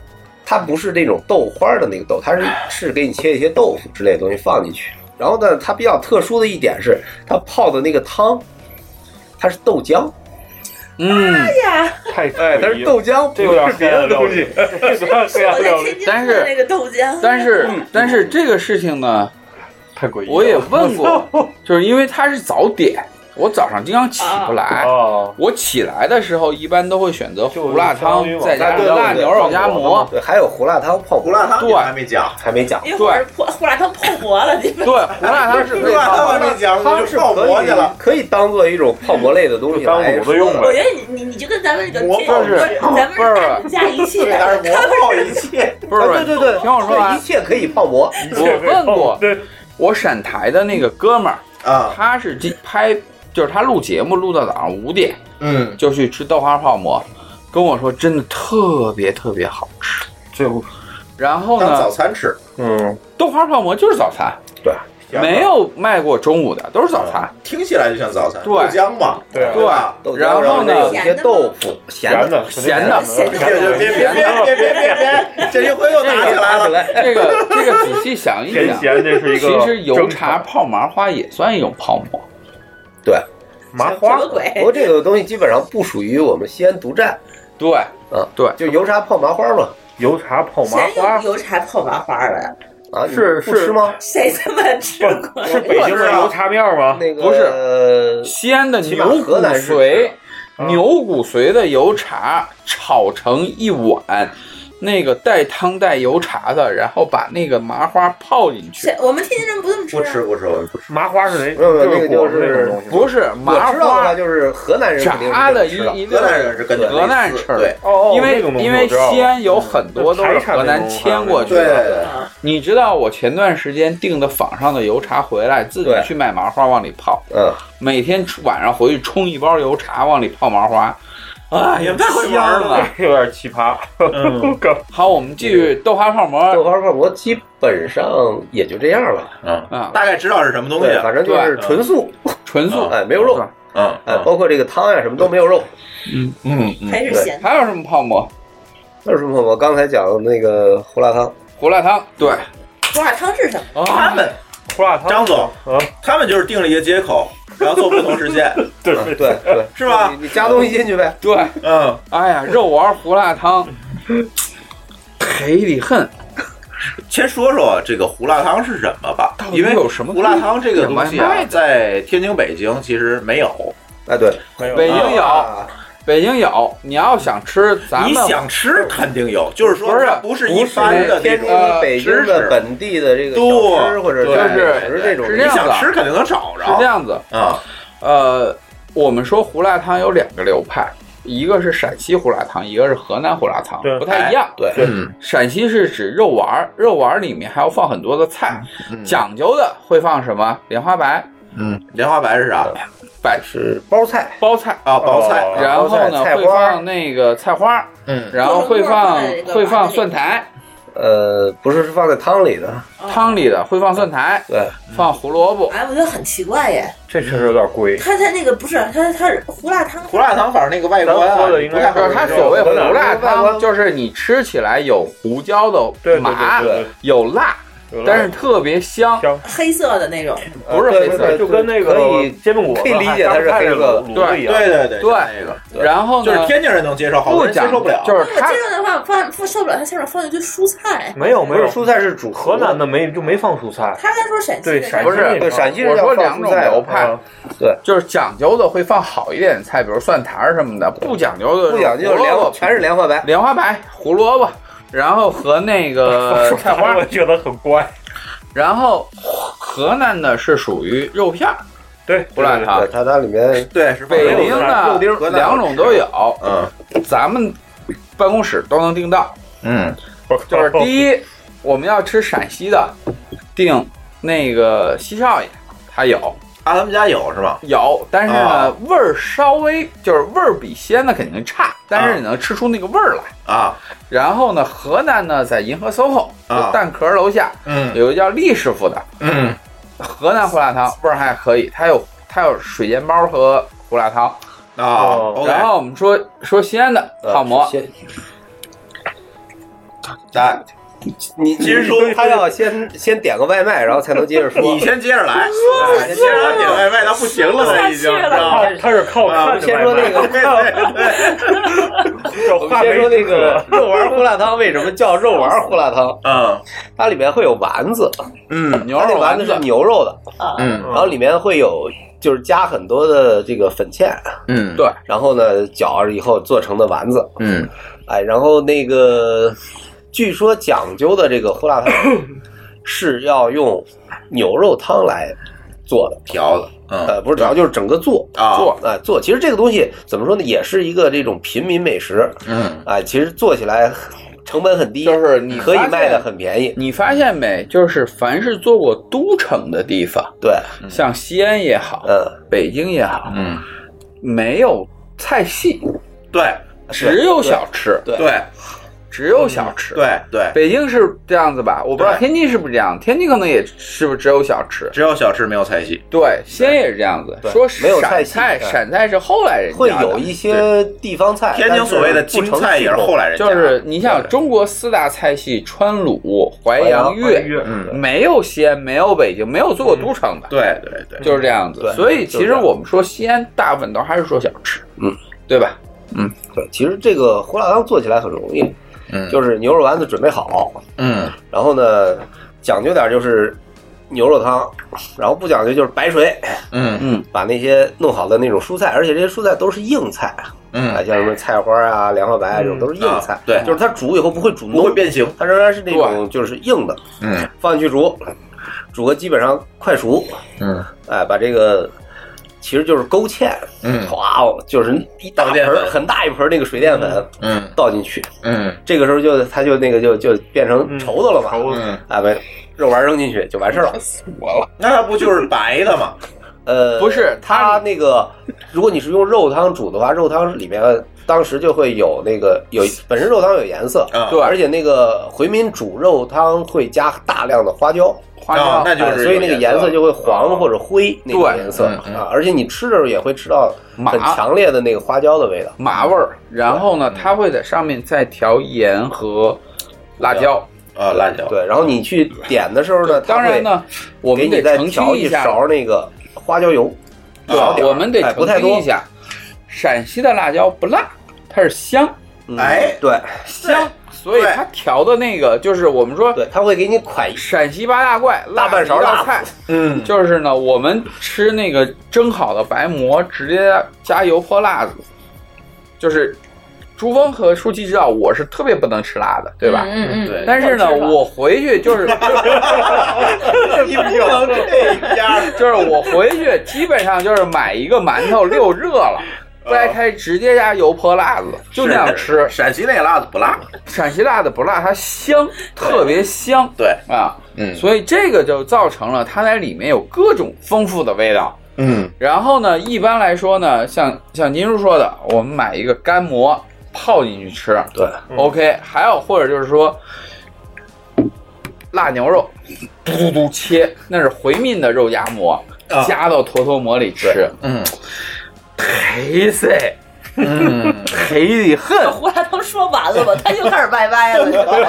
它不是那种豆花的那个豆，它是是给你切一些豆腐之类的东西放进去。然后呢，它比较特殊的一点是，它泡的那个汤，它是豆浆。 嗯， 哎呀， 太哎，它是豆浆， 这有点别的东西。 但是那个豆浆， 但是但是这个事情呢， 太诡异了。 我也问过，就是因为它是早点。我早上经常起不来， 哦、 我起来的时候一般都会选择胡辣汤，再加对辣牛肉夹馍， 对，还有胡辣汤泡胡辣汤， 对， 还没讲， 还没讲， 一会儿胡胡辣汤泡馍了，你们对，胡辣汤是可以胡辣汤还没讲， 汤是泡馍去了，可以当做一种泡馍类的东西当来卤子用呗。 我觉得你你你就跟咱们这个馍泡是，咱们是加一切， 但是馍泡一切， 不是， 对对对， 听我说完， 一切可以泡馍。 我问过，我陕台的那个哥们儿啊， 他是拍。就是他录节目录到早上五点， 嗯， 就去吃豆花泡馍，跟我说真的特别特别好吃。 就， 然后呢， 当早餐吃， 嗯， 豆花泡馍就是早餐， 对， 没有卖过中午的，都是早餐。 听起来就像早餐， 对， 豆浆嘛， 对对吧？ 然后呢， 有一些豆腐， 咸的， 咸的， 别别别别别别别别，这一回又打起来了。 这个这个仔细想一想， 咸这是一个， 其实油茶泡麻花也算一种泡馍。 对， 麻花， 不过这个东西基本上不属于我们西安独占。 对， 嗯， 对， 就油茶泡麻花嘛。 油茶泡麻花， 油茶泡麻花的啊？ 是是吃吗？ 谁这么吃过？ 是北京的油茶面吗？ 那个不是，西安的牛骨髓，牛骨髓的油茶炒成一碗。那个带汤带油茶的，然后把那个麻花泡进去。 我们天津人不这么吃、啊， 不吃不吃，我不吃。 麻花是哪？ 没有没有，那个就是不是麻花，就是河南人炸的一一河南人是跟河南吃的， 对， 哦， 因为因为西安有很多都是河南迁过去的。对， 你知道我前段时间订的坊上的油茶回来，自己去买麻花往里泡， 嗯， 每天晚上回去冲一包油茶往里泡麻花。哎呀，太会玩了， 有点奇葩。 嗯，好，我们继续豆花泡馍。 豆花泡馍基本上也就这样了。 嗯啊，大概知道是什么东西， 反正就是纯素， 纯素， 哎，没有肉。 嗯， 哎，包括这个汤呀，什么都没有肉。 嗯嗯， 还是咸。 还有什么泡馍？ 还有什么泡馍？刚才讲的那个胡辣汤。 胡辣汤，对。 胡辣汤是什么？ 他们胡辣汤， 张总，他们就是定了一个接口。然后做不同时间， 对对对， 是吧？ 你加东西进去呗。 对， 嗯， 哎呀，肉丸胡辣汤，赔里恨。 先说说这个胡辣汤是什么吧，因为有什么胡辣汤这个东西啊，在天津、北京其实没有。 哎，对， 没有。 北京有，北京有。你要想吃，咱们你想吃肯定有，就是说不是不是一般的天津、北京的本地的这个小吃或者就是这种， 是这样子， 你想吃肯定能找着。 是这样子啊， 呃，我们说胡辣汤有两个流派。一个是陕西胡辣汤，一个是河南胡辣汤，不太一样。 对， 嗯， 陕西是指肉丸，肉丸里面还要放很多的菜， 嗯、 讲究的会放什么？莲花白， 嗯，莲花白是啥？ 白是包菜， 包菜啊，包菜。 然后呢，会放那个菜花， 嗯， 然后会放会放蒜苔。 呃，不是，是放在汤里的， 汤里的会放蒜苔， 对， 放胡萝卜。 哎，我觉得很奇怪耶， 这确实有点贵。 他在那个不是他他胡辣汤， 胡辣汤反正那个外观啊， 的应该是他所谓胡辣汤，就是你吃起来有胡椒的麻，有辣。但是特别香， 黑色的那种， 不是黑色， 就跟那个煎饼果子， 可以理解它是黑色， 对对对对对， 那个。 然后就是天津人能接受，好多人接受不了。 就是他接受的话，放放受不了，他下面放一堆蔬菜。 没有没有， 蔬菜是主河南的没就没放蔬菜。 他刚说陕西， 对陕西不是对陕西人我说两种流派， 对， 就是讲究的会放好一点的菜，比如蒜苔什么的，不讲究的不讲究莲全是莲花白， 莲花白、胡萝卜，然后和那个菜花， 我觉得很怪。 然后河南的是属于肉片儿， 对， 胡辣汤， 它它里面对是北京的两种都有， 嗯， 咱们办公室都能订到， 嗯， 就是第一，我们要吃陕西的，订那个西少爷，他有， 啊，他们家有是吧？ 有，但是呢，味儿稍微就是味儿比西安的肯定差，但是你能吃出那个味儿来啊。 然后呢，河南呢在银河 S O H O 啊蛋壳楼下， 嗯， 有一个叫厉师傅的， 嗯， 河南胡辣汤味儿还可以，它有它有水煎包和胡辣汤啊。 然后我们说说西安的泡馍， 来， 你金叔他要先先点个外卖，然后才能接着说。 你先接着来，先接着来点外卖，他不行了，他已经。 他他是靠看先说那个，我们先说那个肉丸胡辣汤为什么叫肉丸胡辣汤？ 嗯， 它里面会有丸子， 嗯， 牛肉丸子是牛肉的， 嗯， 然后里面会有就是加很多的这个粉芡， 嗯， 对， 然后呢搅以后做成的丸子， 嗯， 哎，然后那个据说讲究的这个胡辣汤是要用牛肉汤来做的调的，嗯， 呃，不是调，就是整个做啊做，哎做。其实这个东西怎么说呢，也是一个这种平民美食， 嗯， 哎，其实做起来成本很低， 就是你可以卖的很便宜。 你发现没？就是凡是做过都城的地方， 对， 像西安也好， 嗯， 北京也好， 嗯， 没有菜系， 对， 只有小吃， 对。 对。 只有小吃， 对对， 北京是这样子吧？我不知道天津是不是这样，天津可能也是不是只有小吃， 只有小吃没有菜系。 对，西安也是这样子，说没有菜系， 陕菜陕菜是后来人家会有一些地方菜， 天津所谓的京菜也是后来人家， 就是你想中国四大菜系川鲁淮扬粤， 嗯， 没有西安，没有北京，没有做过都城的， 对对对， 就是这样子。所以其实我们说西安大部分都还是说小吃， 嗯， 对吧？ 嗯，对，其实这个胡辣汤做起来很容易。 嗯， 就是牛肉丸子准备好， 嗯， 然后呢，讲究点就是牛肉汤，然后不讲究就是白水， 嗯嗯， 把那些弄好的那种蔬菜，而且这些蔬菜都是硬菜， 嗯， 啊，像什么菜花啊、凉花白啊这种都是硬菜， 啊、对， 就是它煮以后不会煮不会变形， 它仍然是那种就是硬的， 嗯， 放进去煮，煮个基本上快熟， 嗯， 哎，把这个。其实就是勾芡， 嗯， 哇哦，就是一大盆很大一盆那个水淀粉， 嗯， 倒进去， 嗯， 这个时候就它就那个就就变成稠的了嘛， 嗯， 哎，把肉丸扔进去就完事儿了， 死我了， 那不就是白的吗？ 呃， 不是， 它那个如果你是用肉汤煮的话，肉汤里面当时就会有那个有本身肉汤有颜色， 对， 而且那个回民煮肉汤会加大量的花椒。 花椒、 哦，那就是、 哎，所以那个颜色就会黄或者灰、哦、那个颜色、 嗯嗯、 啊，而且你吃的时候也会吃到很强烈的那个花椒的味道， 麻味儿。然后呢，它会在上面再调盐和辣椒啊，辣椒。 对，然后你去点的时候呢， 当然呢，我们得再调一勺那个花椒油， 对，我们得澄清一下，陕西的辣椒不辣，它是香， 哎， 对， 香。所以它调的那个就是我们说， 对，它会给你㧟陕西八大怪大半勺辣菜， 嗯， 就是呢，我们吃那个蒸好的白馍，直接加油泼辣子，就是朱峰和舒淇知道我是特别不能吃辣的，对吧？ 嗯嗯，对。 但是呢，我回去就是， 你不能这样， 就是我回去基本上就是买一个馒头溜热了。掰开直接加油泼辣子，就那样吃。 陕西那个辣子不辣， 陕西辣的不辣，它香，特别香。 对啊， 嗯， 所以这个就造成了它在里面有各种丰富的味道。 嗯， 然后呢，一般来说呢，像像您叔说的，我们买一个干馍泡进去吃， 对、 嗯、，OK。还有或者就是说，辣牛肉嘟嘟嘟切，那是回民的肉夹馍， 啊、 加到坨坨馍里吃， 嗯。 黑色，嗯，黑的很。 胡辣汤说完了吧，他就开始歪歪了，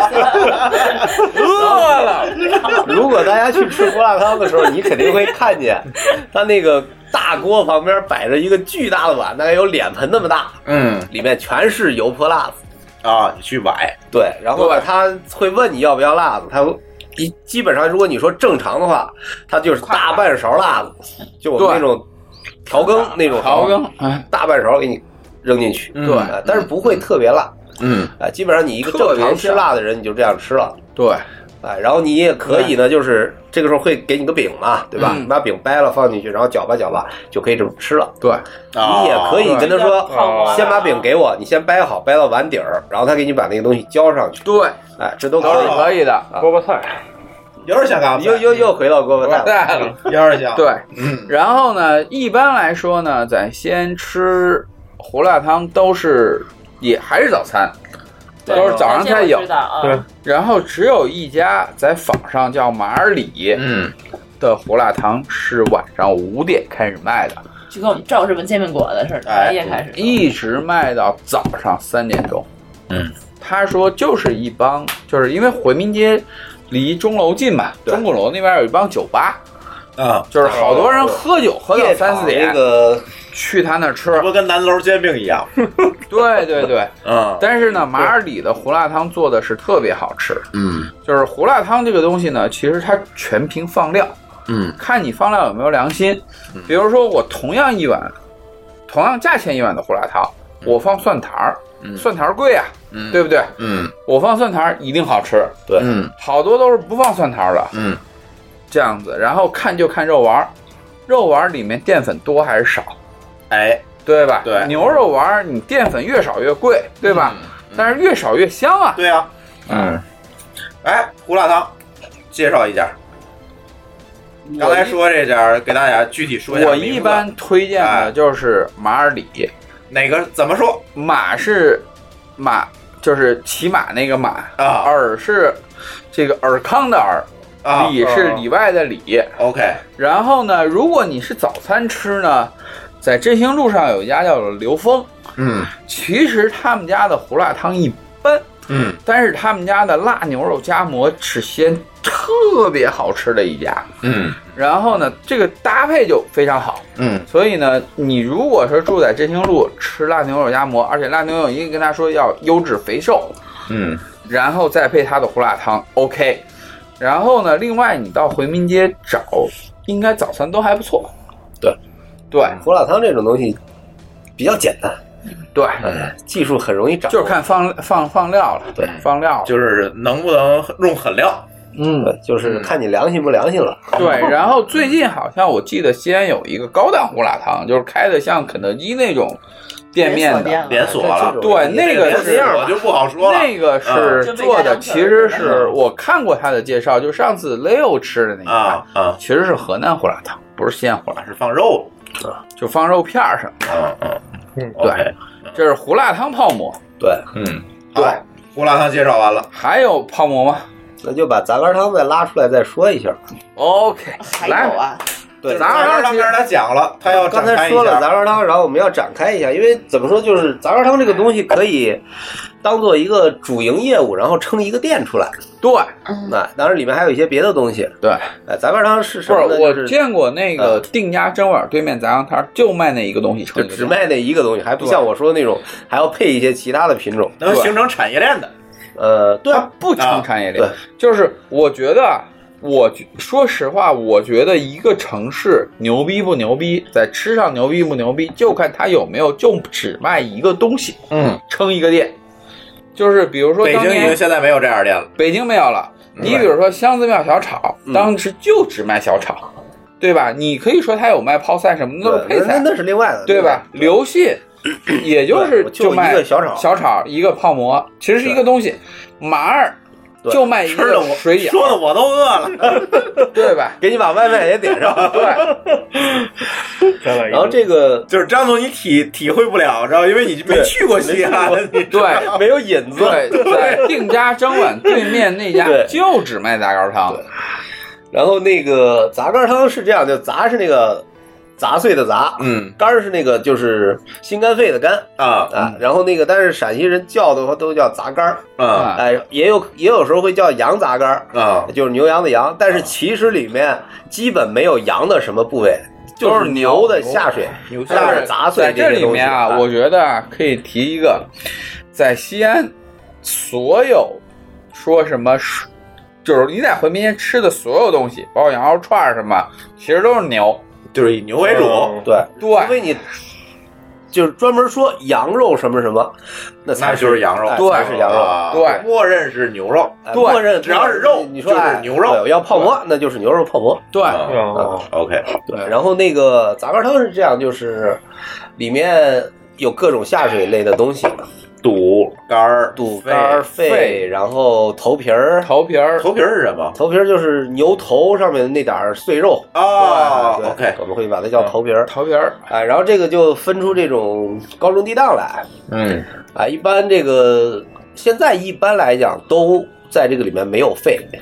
饿了。 如果大家去吃胡辣汤的时候，你肯定会看见，他那个大锅旁边摆着一个巨大的碗，大概有脸盆那么大， 嗯， 里面全是油泼辣子啊，你去买。 对，然后呢，他会问你要不要辣子，他一基本上如果你说正常的话，他就是大半勺辣子，就我们那种。调羹那种调羹， 大半勺给你扔进去， 对、 嗯，但是不会特别辣， 嗯， 啊，基本上你一个正常吃辣的人，你就这样吃了， 对， 哎，然后你也可以呢，就是这个时候会给你个饼嘛，对吧？ 嗯、 你把饼掰了放进去，然后搅吧搅吧，就可以这么吃了。 对， 你也可以跟他说，先把饼给我，你先掰好，掰到碗底儿，然后他给你把那个东西浇上去。 对， 哎，这都可以， 可以的， 锅巴菜。 有点像嘎， 又又又回到锅巴菜了， 有点像。 对，嗯。然后呢，一般来说呢，在西安吃胡辣汤都是也还是早餐，都是早上才有。 对。 然后只有一家在坊上叫马尔里， 嗯， 的胡辣汤是晚上五点开始卖的， 就跟我们赵氏文煎饼果子似的，半夜开始， 一直卖到早上三点钟。 嗯。 他说就是一帮，就是因为回民街离钟楼近嘛，钟鼓楼那边有一帮酒吧啊， 就是好多人喝酒喝到三四点， 那个去他那吃， 不跟南楼煎饼一样。 对对对， 嗯。 但是呢，马尔里的胡辣汤做的是特别好吃。 嗯， 就是胡辣汤这个东西呢，其实它全凭放料。 嗯， 看你放料有没有良心。比如说我同样一碗，同样价钱一碗的胡辣汤，我放蒜苔儿， 嗯、 蒜苔儿贵啊， 嗯、 对不对？ 嗯， 我放蒜苔儿一定好吃。 对， 嗯，好多都是不放蒜苔儿的。 嗯， 这样子，然后看就看肉丸，肉丸里面淀粉多还是少？ 哎， 对吧？ 对， 牛肉丸你淀粉越少越贵，对吧？嗯嗯、但是越少越香啊。 对啊。嗯，哎，胡辣汤，介绍一下。刚才说这家，给大家具体说一下。 我一般推荐的就是马尔里。 哎、哪个怎么说？ 马是马，就是骑马那个马啊。 尔是这个尔康的尔， 啊、 里是里外的里。 OK。 然后呢，如果你是早餐吃呢，在振兴路上有一家叫做刘峰。 嗯， 其实他们家的胡辣汤一般。 嗯， 但是他们家的辣牛肉夹馍是先特别好吃的一家。 嗯， 然后呢，这个搭配就非常好。 嗯， 所以呢，你如果是住在振兴路吃辣牛肉夹馍，而且辣牛肉一定跟他说要优质肥瘦， 嗯， 然后再配他的胡辣汤 ，OK。然后呢，另外你到回民街找，应该早餐都还不错。 对， 对， 胡辣汤这种东西比较简单。 对、 哎，技术很容易掌握， 就是看放放放料了。 对， 放料就是能不能用狠料。 嗯，对，就是看你良心不良心了。 对，然后最近好像我记得西安有一个高档胡辣汤，就是开的像肯德基那种店面的连锁了。 对，那个是我就不好说了。 那个是做的，其实是我看过他的介绍，就上次 Leo 吃的那个啊啊， 其实是河南胡辣汤，不是西安胡辣汤， 是放肉， 就放肉片什么的。 嗯嗯嗯，对。这是胡辣汤泡馍， 对， 嗯，对，胡辣汤介绍完了， 还有泡馍吗？ 那就把杂干汤再拉出来再说一下。 OK， 还有啊， 对， 杂干汤刚才他讲了，他要刚才说了杂干汤，然后我们要展开一下，因为怎么说，就是杂干汤这个东西可以当做一个主营业务，然后撑一个店出来。 对， 那当然里面还有一些别的东西。 对， 哎，杂干汤是什么呢？ 不是，我见过那个定家蒸碗对面杂干汤，就卖那一个东西， 就只卖那一个东西，还不像我说那种还要配一些其他的品种， 能形成产业链的。 呃，对， 它不成产业链， 啊、 就是我觉得，我说实话，我觉得一个城市牛逼不牛逼，在吃上牛逼不牛逼，就看它有没有就只卖一个东西， 嗯， 撑一个店。就是比如说， 北京已经现在没有这样店了， 北京没有了。你比如说香子庙小炒， 嗯、 当时就只卖小炒，对吧？你可以说它有卖泡菜什么的，都是配菜， 那是另外的， 对吧？刘信。也就是就卖一个小炒， 小炒一个泡馍，其实是一个东西。马儿就卖一个水饺， 说的我都饿了， 对吧？ 给你把外卖也点上， 对。 然后这个就是张总，你体体会不了，知道，因为你没去过西安， 对， 没有引子。 对，在定家蒸碗对面那家就只卖杂干汤。 然后那个杂干汤是这样，就杂是那个杂碎的杂， 嗯， 肝是那个就是心肝肺的肝啊啊。然后那个，但是陕西人叫的话都叫杂肝啊， 哎，也有也有时候会叫羊杂肝啊， 就是牛羊的羊，但是其实里面基本没有羊的什么部位， 就是牛的下水， 牛下水杂碎。 在这里面啊，我觉得可以提一个，在西安所有说什么。就是你在回民街吃的所有东西，包括羊肉串什么，其实都是牛， 就是以牛为主。 嗯、对对， 除非你就是专门说羊肉什么什么，那才是就是羊肉， 对，才是羊肉。 对， 默认是牛肉， 对，默认只要是肉， 你说就是牛肉。 要泡馍，那就是牛肉泡馍。 对， 嗯 ，OK， 对。然后那个杂干汤是这样，就是里面有各种下水类的东西。 肚肝儿、 肚肝、肺，然后头皮儿、 头皮儿、 头皮儿是什么？ 头皮儿就是牛头上面的那点碎肉啊。OK， 我们会把它叫头皮儿。 头皮儿， 哎，然后这个就分出这种高中低档来。 嗯， 啊，一般这个现在一般来讲都在这个里面没有肺。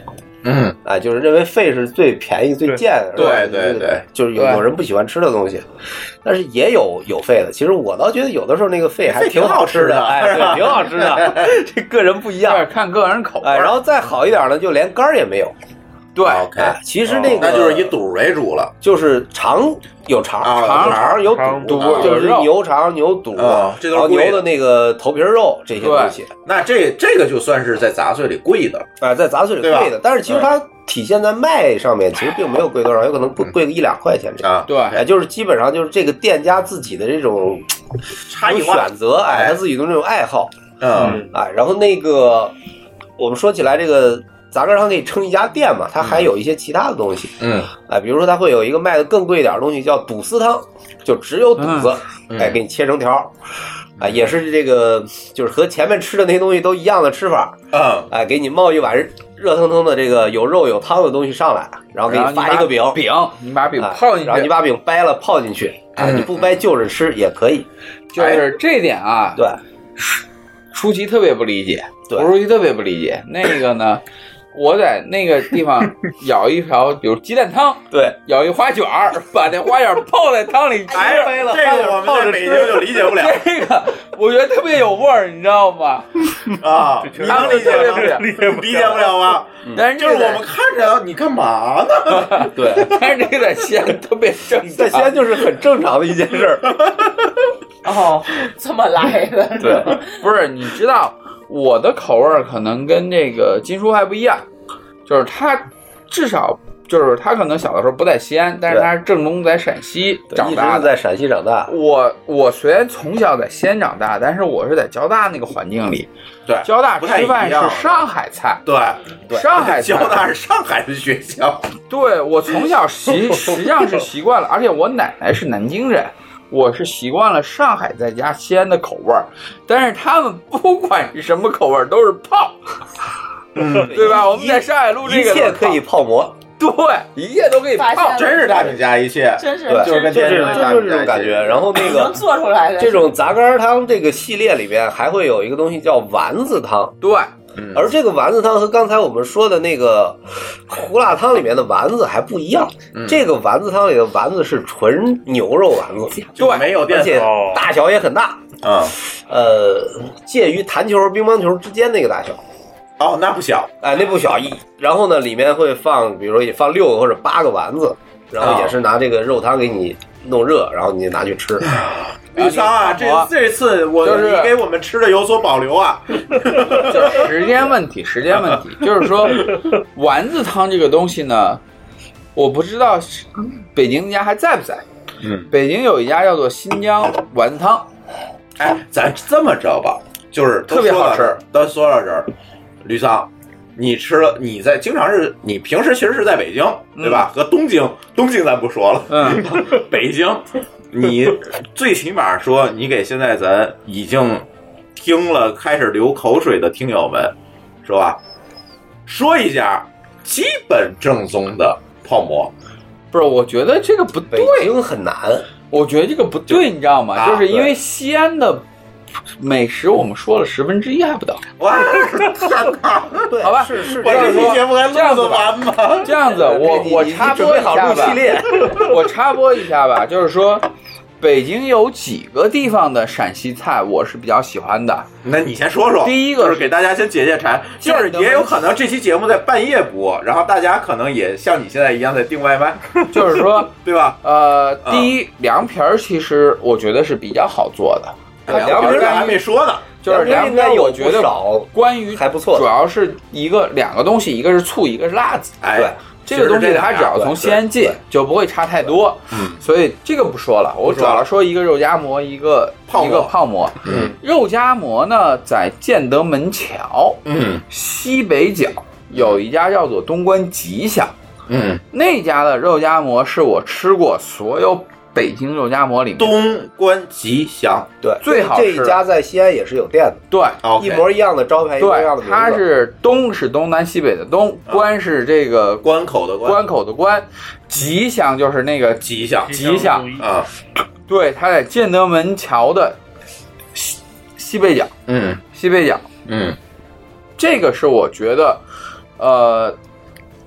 嗯，哎，就是认为肺是最便宜、最贱， 对对对， 就是有有人不喜欢吃的东西，但是也有有肺的。其实我倒觉得有的时候那个肺还挺好吃的，哎，对，挺好吃的。这个人不一样， 看个人口味。 哎，然后再好一点呢，就连肝儿也没有。 对 ，OK， 哎，其实那个那就是以肚为主了， 就是肠有肠， 肠肠有肚，就是牛肠、牛肚， 这都是牛的那个头皮肉这些东西。 那这这个就算是在杂碎里贵的， 哎，在杂碎里贵的，但是其实它体现在卖上面，其实并没有贵多少，有可能贵贵个一两块钱这样。 对， 哎，就是基本上就是这个店家自己的这种差异化选择，哎，他自己的这种爱好， 嗯， 哎，然后那个我们说起来这个。杂干汤可以撑一家店嘛，它还有一些其他的东西， 嗯， 哎，比如说它会有一个卖的更贵一点的东西叫肚丝汤，就只有肚子， 嗯、 哎，给你切成条，啊，也是这个就是和前面吃的那些东西都一样的吃法， 嗯， 哎，给你冒一碗热腾腾的这个有肉有汤的东西上来，然后给你发一个饼， 饼，你把饼泡进去， 然后你把饼掰了泡进去，哎，你不掰就着吃也可以， 就是这点啊， 对， 舒淇特别不理解， 对， 舒淇特别不理解，那个呢。我在那个地方舀一瓢，比如鸡蛋汤， 对， 舀一花卷儿，把那花卷泡在汤里吃。 哎，这个我们在北京就理解不了。 这个我觉得特别有味儿，你知道吗？ 啊，你能理解吗？理解理解不了吗？ 但是就是我们看着你干嘛呢？ 对， 但是这个在西安特别正常， 在西安就是很正常的一件事儿。 哦，这么来的？ 对， 不是，你知道。我的口味可能跟这个金叔还不一样，就是他至少就是他可能小的时候不在西安，但是他是正宗在陕西长大的， 一直在陕西长大。 我我虽然从小在西安长大，但是我是在交大那个环境里， 对， 交大吃饭是上海菜， 对， 对上海菜， 交大是上海的学校， 对我从小习实际上是习惯了，而且我奶奶是南京人。我是习惯了上海再加西安的口味儿，但是他们不管是什么口味儿都是泡，嗯，对吧？我们在上海录这个， 一切可以泡馍， 对，一切都可以泡， 真是大饼加一切， 真是， 就是跟电视上就是这种感觉。然后那个能做出来的这种杂干汤这个系列里边还会有一个东西叫丸子汤， 对。 而这个丸子汤和刚才我们说的那个胡辣汤里面的丸子还不一样，嗯、这个丸子汤里的丸子是纯牛肉丸子， 对，没有淀粉， 而且大小也很大， 啊、嗯， 呃，介于弹球和乒乓球之间那个大小。 哦，那不小， 哎，那不小一。然后呢，里面会放，比如说也放六个或者八个丸子，然后也是拿这个肉汤给你弄热，然后你拿去吃。 吕桑啊，这这次我就是你给我们吃的有所保留啊， 就是时间问题，时间问题，就是说丸子汤这个东西呢，我不知道北京家还在不在。 嗯， 北京有一家叫做新疆丸子汤， 哎，咱这么着吧，就是特别好吃。 都说到这儿，吕桑，你吃了，你在经常是你平时其实是在北京，对吧？嗯、和东京，东京咱不说了， 嗯， 北京。你最起码说，你给现在咱已经听了开始流口水的听友们，是吧？说一下基本正宗的泡馍。 不是，我觉得这个不对， 北京很难。 我觉得这个不对，你知道吗？ 啊、 就是因为西安的美食，我们说了十分之一还不到。 哇，对， 好吧， 是是， 我这期节目还录得完吗？ 这样子，我我插播一下吧，我插播一下吧，就是说。北京有几个地方的陕西菜我是比较喜欢的， 那你先说说。 第一个就是给大家先解解馋，就是也有可能这期节目在半夜播，然后大家可能也像你现在一样在订外卖， 就是说， 对吧？ 呃，第一凉皮儿其实我觉得是比较好做的， 凉皮儿还没说呢， 就是凉皮儿我觉得关于还不错， 主要是一个两个东西，一个是醋，一个是辣子， 哎。 对这个东西它只要从西安进就不会差太多， 嗯， 所以这个不说了，我主要说一个肉夹馍，一个一个泡馍。 嗯， 肉夹馍呢在建德门桥， 嗯， 西北角有一家叫做东关吉祥， 嗯， 那家的肉夹馍是我吃过所有北京肉夹馍里面东关吉祥， 对， 最好吃。 这一家在西安也是有店的， 对， okay. 一模一样的招牌，一模一样的名字。 它是东是东南西北的东，关是这个关口的关， 关口的关，吉祥就是那个吉祥吉祥啊。 对，它在建德门桥的西西北角， 嗯， 西北角， 嗯， 这个是我觉得，呃。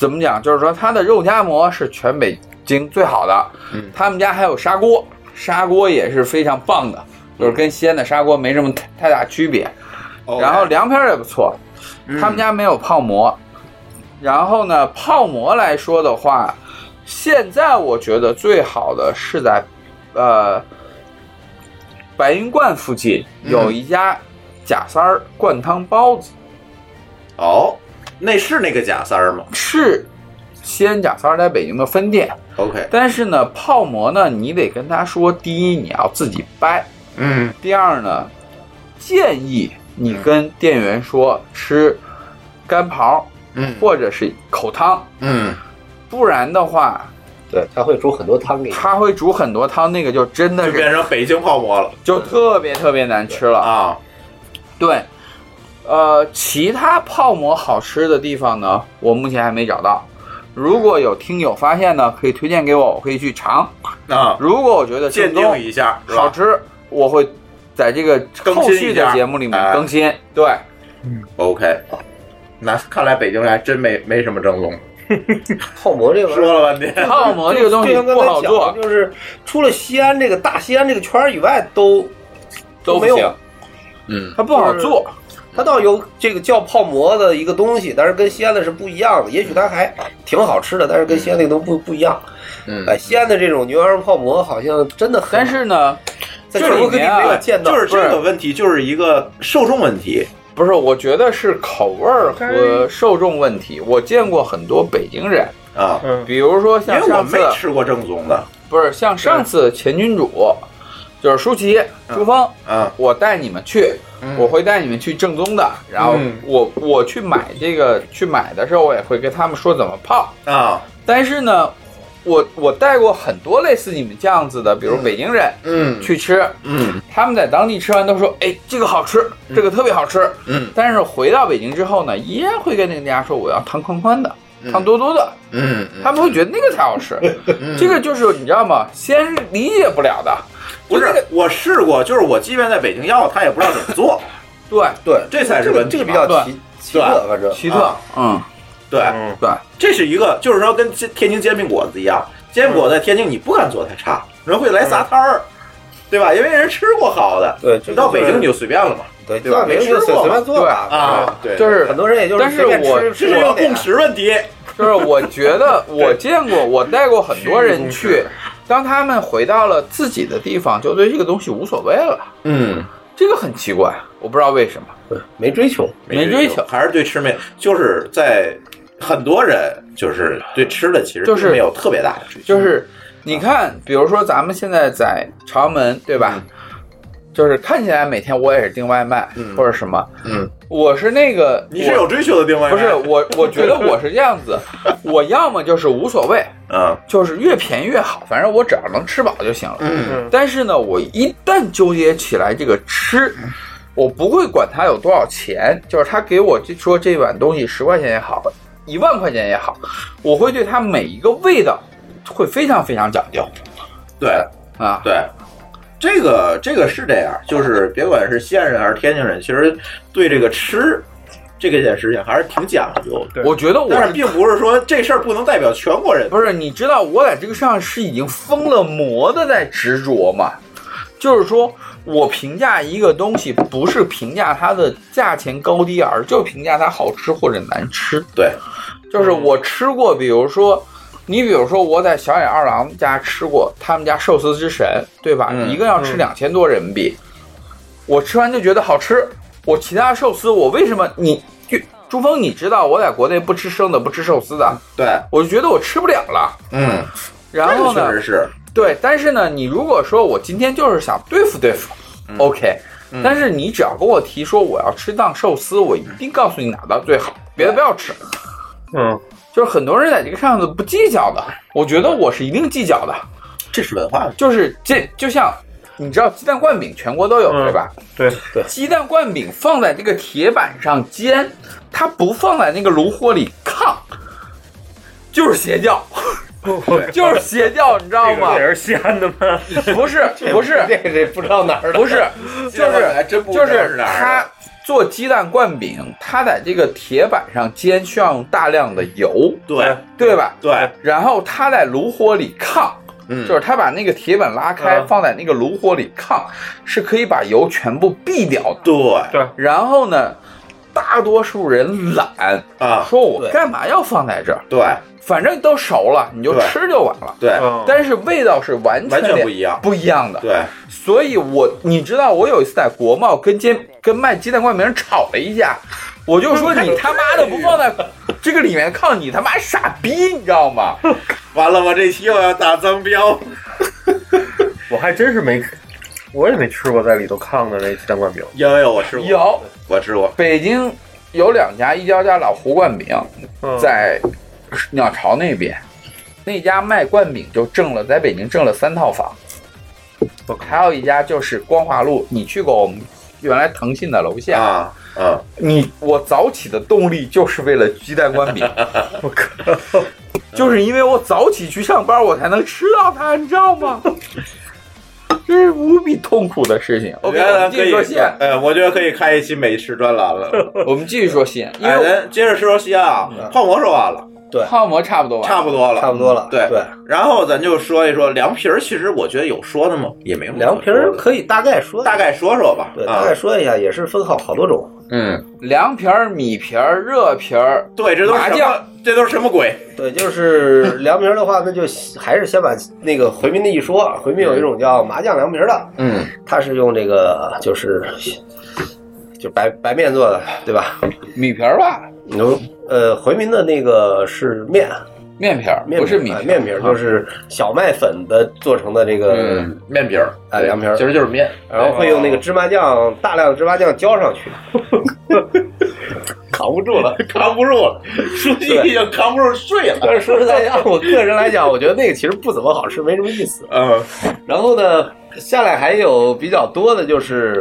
怎么讲？就是说它的肉夹馍是全北京最好的。嗯，他们家还有砂锅，砂锅也是非常棒的，就是跟西安的砂锅没什么太大区别。嗯、然后凉皮也不错，他们家没有泡馍。嗯、然后呢，泡馍来说的话，现在我觉得最好的是在呃白云观附近有一家贾三儿灌汤包子。 嗯、哦。那是那个贾三儿吗？ 是西安贾三儿在北京的分店。 OK， 但是呢，泡馍呢，你得跟他说，第一你要自己掰， 嗯， 第二呢，建议你跟店员说吃干刨， 嗯， 或者是口汤， 嗯， 不然的话， 对，他会煮很多汤给你， 他会煮很多汤，那个就真的是就变成北京泡馍了， 就特别特别难吃了啊， 对。呃，其他泡馍好吃的地方呢，我目前还没找到。如果有听友发现呢，可以推荐给我，我可以去尝啊。 如果我觉得鉴定一下好吃，我会在这个后续的节目里面更新。对， 嗯 ，OK。那看来北京还真没没什么正宗。 泡馍这个说了半天， 泡馍这个东西不好做， 就是除了西安这个大西安这个圈以外，都都没有。 嗯，它不好做。 它倒有这个叫泡馍的一个东西，但是跟西安的是不一样的。也许它还挺好吃的，但是跟西安那个都不不一样。 嗯， 哎，西安的这种牛羊肉泡馍好像真的很， 但是呢， 在全国各地没有见到。 就是这个问题，就是一个受众问题。 不是，我觉得是口味和受众问题。我见过很多北京人啊， 比如说像上次因为我没吃过正宗的， 不是像上次前君主。就是舒淇、朱峰， 嗯， 我带你们去， 嗯、 我会带你们去正宗的。然后我、嗯、我去买这个去买的时候，我也会跟他们说怎么泡啊。 但是呢，我我带过很多类似你们这样子的，比如北京人， 嗯， 去吃， 嗯， 他们在当地吃完都说，哎，这个好吃，这个特别好吃， 嗯。 但是回到北京之后呢，依然会跟那个店家说，我要汤宽宽的。汤多多的， 嗯， 他们会觉得那个才好吃，嗯、这个就是你知道吗？西安是理解不了的。 不是，我试过，就是我即便在北京要，他也不知道怎么做。 对对，这才是问题。 这个比较奇奇特，反正奇特。嗯， 对对， 这是一个，就是说跟天津煎饼果子一样，煎饼果子在天津你不敢做太差，人会来撒摊儿，对吧？因为人吃过好的。 对， 你到北京你就随便了嘛。 对对吧？ 没吃过，随便做吧。啊，对， 就是很多人也就是， 但是我这是一个共识问题。 就是我觉得我见过，我带过很多人去，当他们回到了自己的地方，就对这个东西无所谓了。 嗯， 这个很奇怪，我不知道为什么。 对，没追求， 没追求， 还是对吃没，就是在很多人就是对吃的其实就是没有特别大的追求。 就是你看，比如说咱们现在在朝阳门，对吧？嗯，就是看起来每天我也是订外卖， 嗯、 或者什么， 嗯， 我是那个你是有追求的订外卖， 不是我，我觉得我是这样子，我要么就是无所谓， 嗯， 就是越便宜越好，反正我只要能吃饱就行了， 嗯， 但是呢，我一旦纠结起来这个吃，我不会管它有多少钱，就是他给我说这碗东西十块钱也好，一万块钱也好，我会对它每一个味道会非常非常讲究， 对啊， 对。这个这个是这样，就是别管是西安人还是天津人，其实对这个吃这个件事情还是挺讲究的。 我觉得我， 但是并不是说这事儿不能代表全国人。 不是，你知道我在这个上是已经疯了魔的在执着吗？就是说我评价一个东西，不是评价它的价钱高低，而就评价它好吃或者难吃。 对， 就是我吃过，比如说。你比如说我在小野二郎家吃过他们家寿司之神，对吧？ 嗯、 一个要吃两千多人民币，嗯、我吃完就觉得好吃。我其他寿司我为什么你就朱峰，你知道我在国内不吃生的，不吃寿司的， 对， 我就觉得我吃不了了。 嗯， 然后呢， 确实是对，但是呢，你如果说我今天就是想对付对付、嗯、，OK，、嗯、但是你只要跟我提说我要吃档寿司，我一定告诉你哪道最好，别的不要吃。 嗯。 就是很多人在这个上子不计较的，我觉得我是一定计较的， 这是文化。 就是这就像你知道鸡蛋灌饼全国都有、嗯、对吧？ 对对， 鸡蛋灌饼放在这个铁板上煎，它不放在那个炉火里炕，就是邪教。就是邪教，你知道吗？ 这是西安的吗？ 不是，不是， 这个这不知道哪儿的， 不是，就是就是他做鸡蛋灌饼，它在这个铁板上煎需要用大量的油， 对对吧？ 对， 然后它在炉火里炕。 嗯， 就是他把那个铁板拉开， 嗯、 放在那个炉火里炕，是可以把油全部避掉的。 对对。 然后呢，大多数人懒啊， 说我干嘛要放在这儿？ 对， 反正都熟了，你就吃就完了。 对。 嗯、 但是味道是完全完全不一样， 不一样的。 对。 所以我你知道，我有一次在国贸跟煎跟卖鸡蛋灌饼吵了一架。我就说你他妈的不放在这个里面炕，你他妈傻逼，你知道吗？ 完了，我这期又要打脏标。 我还真是没，我也没吃过在里头炕的那鸡蛋灌饼。 有有，我吃过。 有， 我吃过。 北京有两家，一家叫老胡灌饼， 嗯、 在鸟巢那边，那家卖灌饼就挣了，在北京挣了三套房。还有一家就是光华路，你去过我们原来腾讯的楼下啊。嗯， 你我早起的动力就是为了鸡蛋灌饼， 我靠， 就是因为我早起去上班，我才能吃到它，你知道吗？这是无比痛苦的事情。OK， 我们继续说西安。 呃，我觉得可以开一期美食专栏了。 我们继续说西安，因为咱接着说西安啊，泡馍说完了。 对， 泡馍差不多吧， 差不多了， 差不多了。 对对， 然后咱就说一说凉皮儿，其实我觉得有说的吗？也没有。 凉皮儿可以大概说， 大概说说吧。 对，大概说一下，也是分好好多种。 嗯， 凉皮儿、米皮儿、热皮儿， 对，这都是麻酱， 这都是什么鬼？ 对，就是凉皮儿的话，那就还是先把那个回民的一说。回民有一种叫麻酱凉皮儿的， 嗯， 它是用这个就是就白白面做的，对吧？ 米皮儿吧， 有呃回民的那个是面。 面皮儿不是米皮儿， 面皮儿就是小麦粉的做成的这个、 嗯、面皮儿， 哎，凉皮儿其实就是面， 然后会用那个芝麻酱，大量的芝麻酱浇上去，扛不住了， 扛不住了，书记已经扛不住睡了。 但是说实在按我个人来讲，我觉得那个其实不怎么好吃，没什么意思。 嗯， 然后呢，下来还有比较多的就是，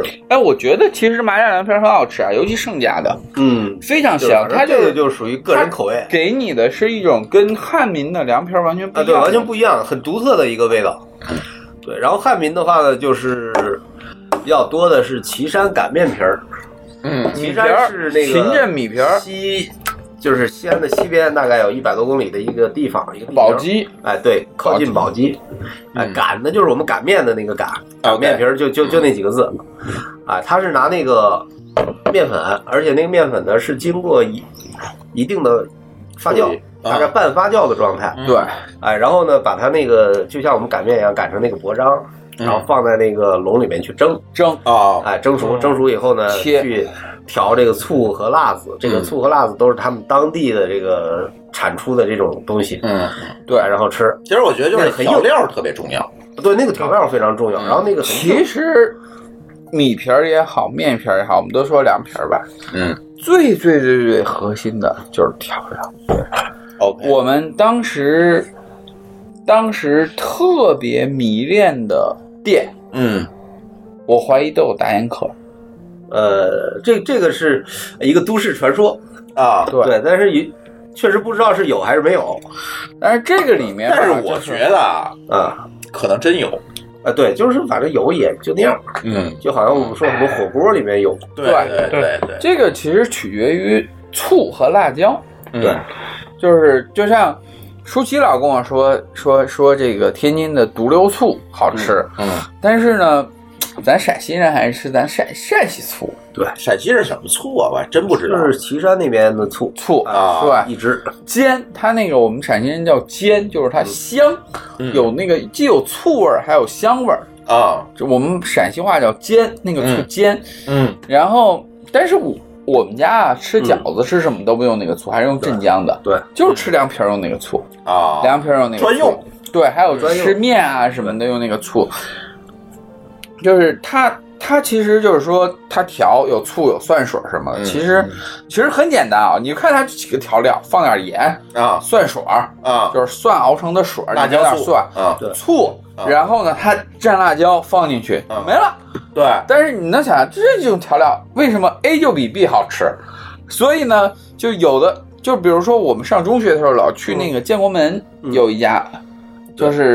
哎，我觉得其实麻酱凉皮很好吃啊，尤其盛家的， 嗯， 非常香。它这个就属于个人口味， 给你的是一种跟汉民的凉皮完全不一样， 啊，对，完全不一样，很独特的一个味道。对，然后汉民的话呢，就是比较多的是岐山擀面皮儿， 嗯， 岐山是那个秦镇米皮儿， 西就是西安的西边，大概有一百多公里的一个地方，一个地宝鸡， 哎，对，靠近宝鸡，哎，擀的就是我们擀面的那个擀，擀面皮儿就就就那几个字，哎，它是拿那个面粉，而且那个面粉呢是经过一一定的发酵。大概半发酵的状态， 对， 哎，然后呢，把它那个就像我们擀面一样擀成那个薄章，然后放在那个笼里面去蒸， 蒸啊， 哎，蒸熟，蒸熟以后呢，去调这个醋和辣子，这个醋和辣子都是他们当地的这个产出的这种东西， 嗯， 对，然后吃。 其实我觉得就是调料特别重要， 对，那个调料非常重要，然后那个其实米皮儿也好，面皮儿也好，我们都说凉皮儿吧， 嗯， 最最最最核心的就是调料，对。 Okay. 我们当时，当时特别迷恋的店， 嗯， 我怀疑都有大烟客。 呃，这这个是一个都市传说啊， 对， 对，但是也确实不知道是有还是没有。 但是这个里面， 但是我觉得啊， 啊， 可能真有。 啊，对，就是反正有也就那样， 嗯， 就好像我们说什么火锅里面有， 对对对对对， 这个其实取决于醋和辣椒， 对。 嗯就是就像舒淇老跟我说说说这个天津的独流醋好吃， 嗯，嗯但是呢，咱陕西人还是吃咱陕陕西醋。 对，陕西是什么醋啊？我还真不知道。 就是岐山那边的醋， 醋啊， 对， 一支煎，它那个我们陕西人叫煎，就是它香， 嗯、 有那个既有醋味儿，还有香味儿啊。 就我们陕西话叫煎，那个醋煎， 嗯，嗯然后但是我。我们家啊，吃饺子吃什么都不用那个醋，还是用镇江的。 对， 就是吃凉皮用那个醋啊， 凉皮用那个醋专用。 对，还有吃面啊什么的用那个醋。就是它，它其实就是说，它调有醋有蒜水什么的， 嗯、 其实其实很简单啊。你看它几个调料，放点盐啊， 蒜水啊， 就是蒜熬成的水， 辣椒点蒜啊， 醋，然后呢，它蘸辣椒放进去， 啊、 没了。 对， 但是你能想想，这种调料为什么 A 就比 B 好吃？所以呢，就有的，就比如说我们上中学的时候，老去那个建国门有一家，嗯、就是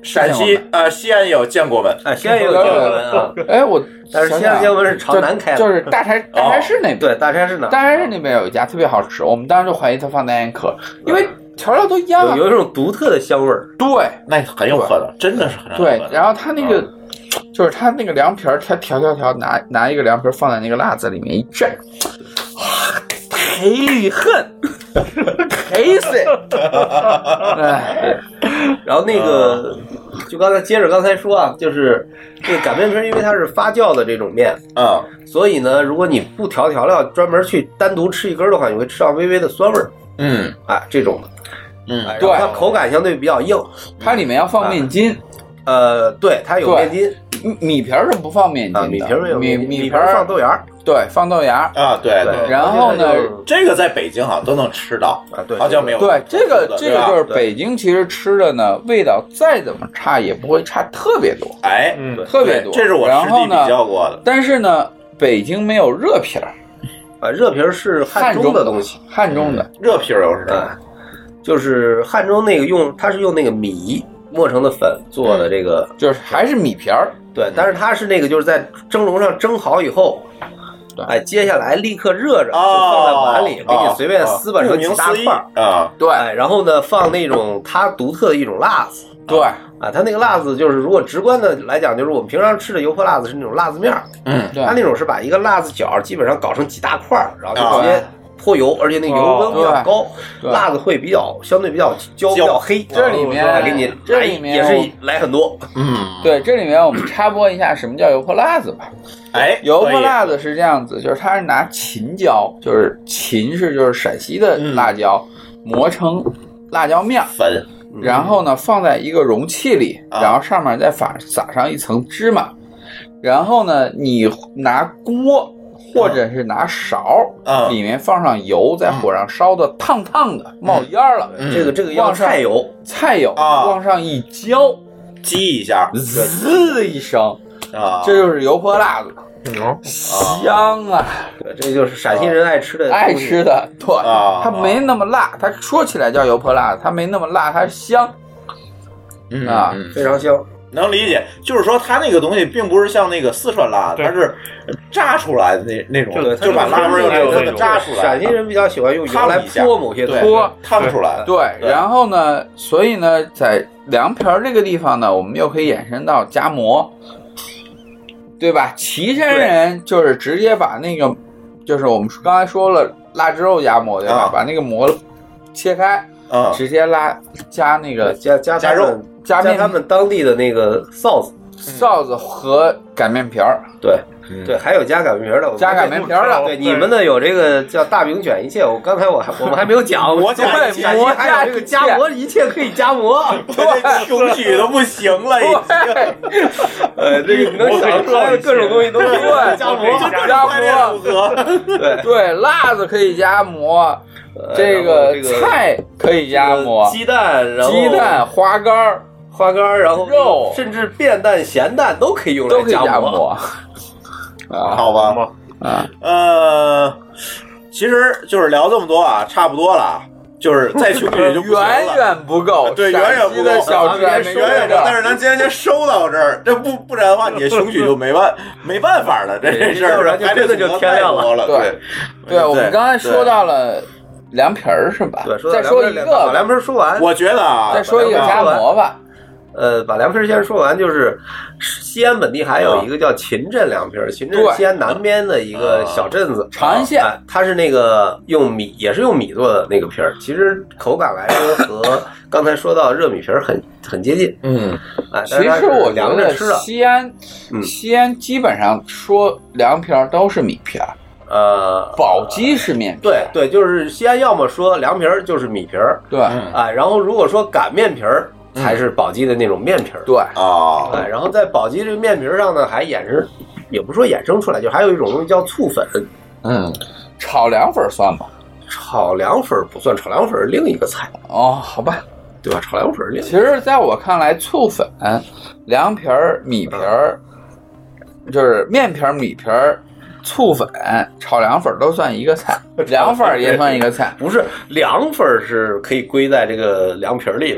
陕西呃西安有建国门， 哎，西安也有建国门啊。 哎，我但是西安建国门是朝南开的， 就是大柴大柴市那边， 对，大柴市那， 大柴市那边有一家特别好吃，我们当时就怀疑他放代言可，因为调料都一样啊， 有有一种独特的香味儿。 对， 那很有可能，真的是很有可能。 对，然后他那个。就是他那个凉皮儿，他调调调，拿拿一个凉皮儿放在那个辣子里面一蘸，太厉恨，太水。哎， 然后那个，就刚才接着刚才说啊，就是这个擀面皮，因为它是发酵的这种面啊、 嗯，所以呢，如果你不调调料，专门去单独吃一根的话，你会吃到微微的酸味儿。 嗯， 哎，这种的， 嗯， 哎、对，它口感相对比较硬， 它里面要放面筋。 哎呃，对，它有面筋， 米皮儿是不放面筋的， 啊、米皮儿没有米米米皮儿放豆芽， 对，放豆芽啊，对对。 然后呢， 这个在北京好像都能吃到啊，对， 好像没有。 对，这个这个就是北京其实吃的呢，味道再怎么差也不会差特别多， 哎， 嗯， 特别多。 这是我实地比较过的。 但是呢，北京没有热皮儿， 啊，热皮儿是汉中的东西， 汉中的热皮儿又是啥？ 就是汉中那个用，它是用那个米。磨成的粉做的这个、 嗯、就是还是米皮儿， 对，但是它是那个就是在蒸笼上蒸好以后，哎，接下来立刻热着、 哦、 就放在碗里，给你随便撕拌成几大块啊， 对、哎，然后呢放那种它独特的一种辣子， 对， 啊，它那个辣子就是如果直观的来讲，就是我们平常吃的油泼辣子是那种辣子面， 嗯， 它那种是把一个辣子角基本上搞成几大块，然后就直接。泼油，而且那个油温比较高， 哦、 辣子会比较相对比较焦比较黑。 这里面给你这里面也是来很多。 嗯， 对，这里面我们插播一下什么叫油泼辣子吧。 哎， 油泼辣子是这样子，就是它是拿秦椒，就是秦是就是陕西的辣椒，嗯、磨成辣椒面粉， 然后呢放在一个容器里， 啊、 然后上面再撒撒上一层芝麻，然后呢你拿锅。或者是拿勺， 嗯、 里面放上油，在火上烧的烫烫的，嗯、冒烟了。 嗯、这个这个要菜油， 菜油啊， 往上一浇， 激一下， 滋一声啊， 这就是油泼辣子，嗯、香啊！ 对，这就是陕西人爱吃的， 爱吃的。对， 啊、 它没那么辣，它说起来叫油泼辣子，它没那么辣，它香。 嗯啊， 嗯非常香。 能理解，就是说它那个东西并不是像那个四川辣子，它是炸出来的那那种， 对， 就把辣味用真的炸出来。 陕西人比较喜欢用油来泼某些泼烫出来。 对，然后呢，所以呢，在凉皮儿这个地方呢，我们又可以延伸到夹馍，对吧？岐山人就是直接把那个，就是我们刚才说了腊汁肉夹馍，对吧？ 啊、 把那个馍切开， 嗯， 直接拉加那个加加加肉。 加面他们当地的那个臊子， 臊子和擀面皮儿， 对，对，还有加擀面皮儿的， 加擀面皮儿的， 对，你们的有这个叫大饼卷一切，我刚才我还我们还没有讲， 馍加一切，还有这个夹馍，一切可以夹馍， 对，穷举都不行了，已经， 呃，这个你能想出来的各种东西都可以夹馍， 夹馍，对对，辣子可以夹馍，这个菜可以夹馍， 鸡蛋，然后鸡蛋、花干。 花干，然后肉， 甚至变蛋、咸蛋都可以用来夹馍。 啊， 好吧， 啊， 呃，其实就是聊这么多啊，差不多了，就是再穷举就远远不够， 对，远远不够， 小吃还没远远不够。但是咱今天先收到这儿，这不不然的话，你穷举就没办没办法了，这这事儿还得就天亮了。 对，对，我们刚才说到了。凉皮儿是吧？ 对， 再说一个， 把凉皮儿说完。 我觉得啊， 再说一个夹馍吧。 呃，把凉皮儿先说完，就是西安本地还有一个叫秦镇凉皮儿，秦镇西安南边的一个小镇子， 长安县。 它是那个用米，也是用米做的那个皮儿，其实口感来说和刚才说到热米皮儿很很接近。 嗯， 哎， 其实我觉得西安，西安基本上说凉皮儿都是米皮儿。 呃， 宝鸡是面皮， 对对，就是西安要么说凉皮儿就是米皮儿， 对， 啊，然后如果说擀面皮儿才是宝鸡的那种面皮儿， 对啊， 哎，然后在宝鸡这个面皮儿上呢，还衍生，也不说衍生出来，就还有一种东西叫醋粉， 嗯，炒凉粉算吧， 炒凉粉不算，炒凉粉是另一个菜哦，好吧， 对吧？炒凉粉是另一个， 其实在我看来，醋粉、凉皮儿、米皮儿，就是面皮儿、米皮儿。醋粉、炒凉粉都算一个菜，凉粉也算一个菜。 不是凉粉是可以归在这个凉皮里边，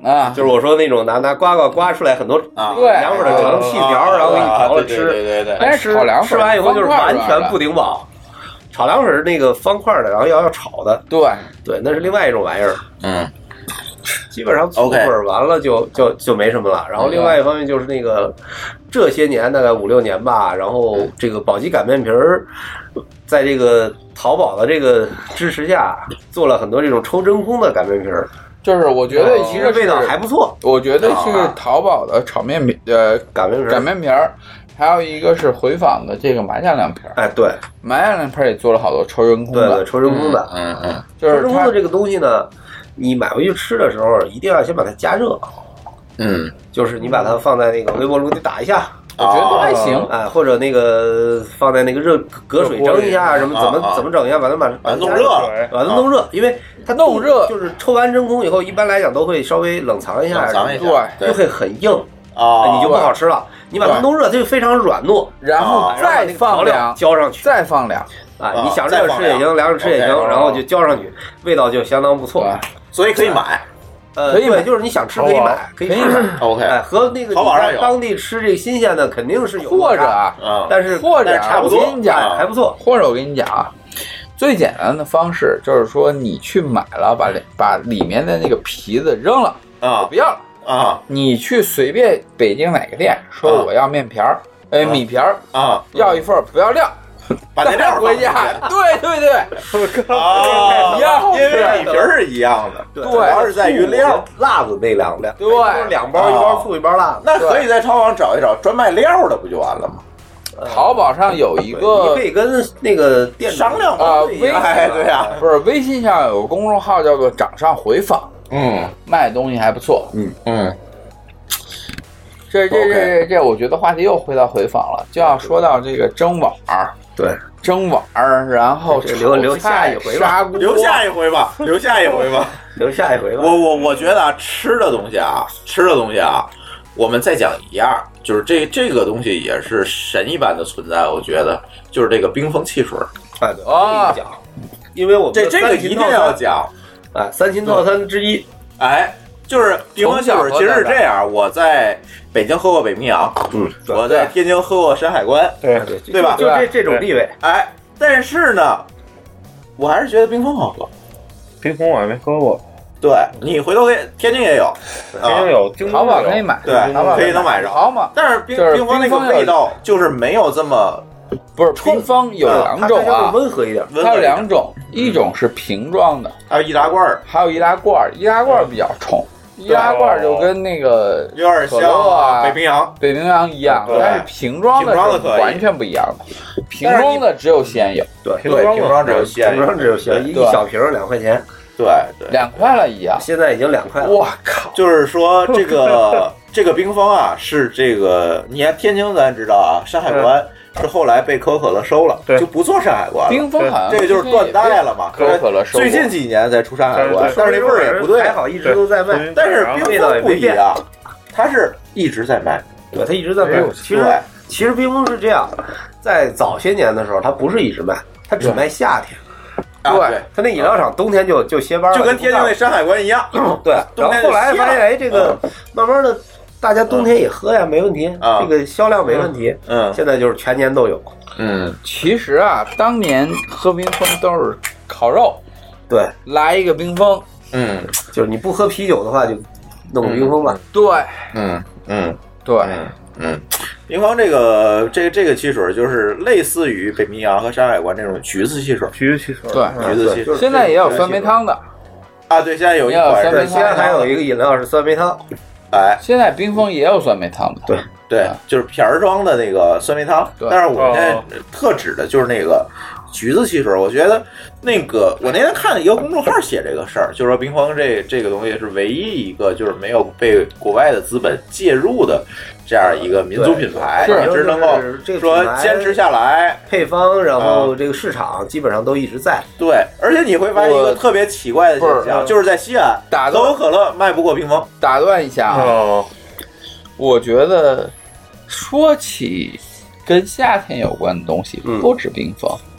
啊， 就是我说那种拿拿刮刮刮出来很多啊凉粉的长细条，然后给你调了吃。 对对对对。 但是炒凉粉吃完以后就是完全不顶饱。炒凉粉是那个方块的，然后要要炒的。 对对，那是另外一种玩意儿。 嗯。 基本上醋粉完了就就就没什么了。然后另外一方面就是那个这些年大概五六年吧，然后这个宝鸡擀面皮儿，在这个淘宝的这个支持下，做了很多这种抽真空的擀面皮儿。 就是我觉得其实味道还不错。 我觉得是淘宝的炒面皮呃擀面皮擀面皮儿，还有一个是回坊的这个麻酱凉皮儿。 哎，对， 麻酱凉皮儿也做了好多抽真空的， 对对，抽真空的， 嗯嗯， 就是抽真空的这个东西呢。你买回去吃的时候，一定要先把它加热。 嗯， 就是你把它放在那个微波炉里打一下， 我觉得都还行。 哎，或者那个放在那个热隔水蒸一下，什么怎么怎么整一下，把它把把它弄热， 把它弄热，因为它弄热就是抽完真空以后，一般来讲都会稍微冷藏一下， 冷藏一下， 对，就会很硬啊， 你就不好吃了。你把它弄热，它就非常软糯， 然后再放凉， 浇上去， 再放凉。 啊，你想热吃也行，凉着吃也行，然后就浇上去，味道就相当不错， 所以可以买。 呃，对，就是你想吃可以买，可以买。 OK， 哎，和那个淘宝上有当地吃这个新鲜的肯定是有， 或者啊， 但是或者差不多，我跟你讲还不错。 或者我跟你讲啊，最简单的方式就是说，你去买了，把把里面的那个皮子扔了啊， 不要了啊， 你去随便北京哪个店说我要面条儿，哎，米条儿啊， 要一份不要料。 把那料回家，对对对， 啊， 一样， 因为米皮是一样的， 对， 主要是在于料， 辣子那两两， 对， 两包，一包醋，一包辣子。 那可以在淘宝上找一找专卖料的，不就完了吗？ 淘宝上有一个， 你可以跟那个店商量啊，微哎，对呀， 不是微信上有个公众号叫做“掌上回访”， 嗯， 卖的东西还不错， 嗯嗯。 这这这这这，我觉得话题又回到回访了，就要说到这个蒸碗儿。 对， 蒸碗儿，然后留留下一回吧， 留下一回吧，留下一回吧， 留下一回吧。 我我我觉得啊，吃的东西啊，吃的东西啊，我们再讲一样，就是这这个东西也是神一般的存在，我觉得就是这个冰封汽水。 哎，对，我跟你讲，因为我们这这个一定要讲， 哎，三秦套餐之一， 哎。就是冰封汽水其实是这样，我在北京喝过北冰洋， 嗯， 我在天津喝过山海关， 对对对吧？ 就这这种地位， 哎，但是呢，我还是觉得冰封好喝。 冰封我还没喝过， 对你回头给天津也有， 天津有， 淘宝可以买， 对，可以能买着。 好嘛， 但是冰冰封那个味道就是没有这么。 不是冰封有两种啊， 温和一点， 它有两种，一种是瓶装的， 还有易拉罐， 还有易拉罐，易拉罐比较冲。易拉罐就跟那个有点像啊北冰洋、 北冰洋一样，但是瓶装的是完全不一样的。瓶装的只有西安有， 对对，瓶装只有西安， 瓶装只有西安，一小瓶两块钱， 对对， 两块了一样， 现在已经两块了。 我靠！ 就是说这个这个冰封啊，是这个你看天津咱知道啊，山海关。是后来被可口可乐收了，就不做山海关了。 冰封好像这个就是断代了嘛。 可口可乐收。 最近几年才出山海关，但是那味儿也不对。 还好一直都在卖， 但是冰封不一样，它是一直在卖。 对，它一直在卖。其实其实冰封是这样，在早些年的时候，它不是一直卖，它只卖夏天。 对， 它那饮料厂冬天就就歇班了， 就跟天津那山海关一样。 对，然后后来发现，哎，这个慢慢的。大家冬天也喝呀，没问题，这个销量没问题。 嗯， 现在就是全年都有。 嗯， 其实啊，当年喝冰峰都是烤肉， 对， 来一个冰峰， 嗯， 就是你不喝啤酒的话，就弄个冰峰吧。 对， 嗯嗯， 对， 嗯，冰峰这个这个这个汽水就是类似于北冰洋和山海关这种橘子汽水， 橘子汽水， 对， 橘子汽水。 现在也有酸梅汤的啊，对，现在有一款酸梅汤， 现在还有一个饮料是酸梅汤。 哎， 现在冰峰也有酸梅汤的， 对对，就是瓶儿装的那个酸梅汤。但是我现在特指的就是那个橘子汽水。我觉得那个我那天看了一个公众号写这个事儿，就是说冰峰这这个东西是唯一一个就是没有被国外的资本介入的这样一个民族品牌，一直能够说坚持下来。 配方，然后这个市场基本上都一直在。 对，而且你会发现一个特别奇怪的现象，就是在西安，可口可乐卖不过冰峰。 打断一下啊，我觉得说起跟夏天有关的东西，不止冰峰，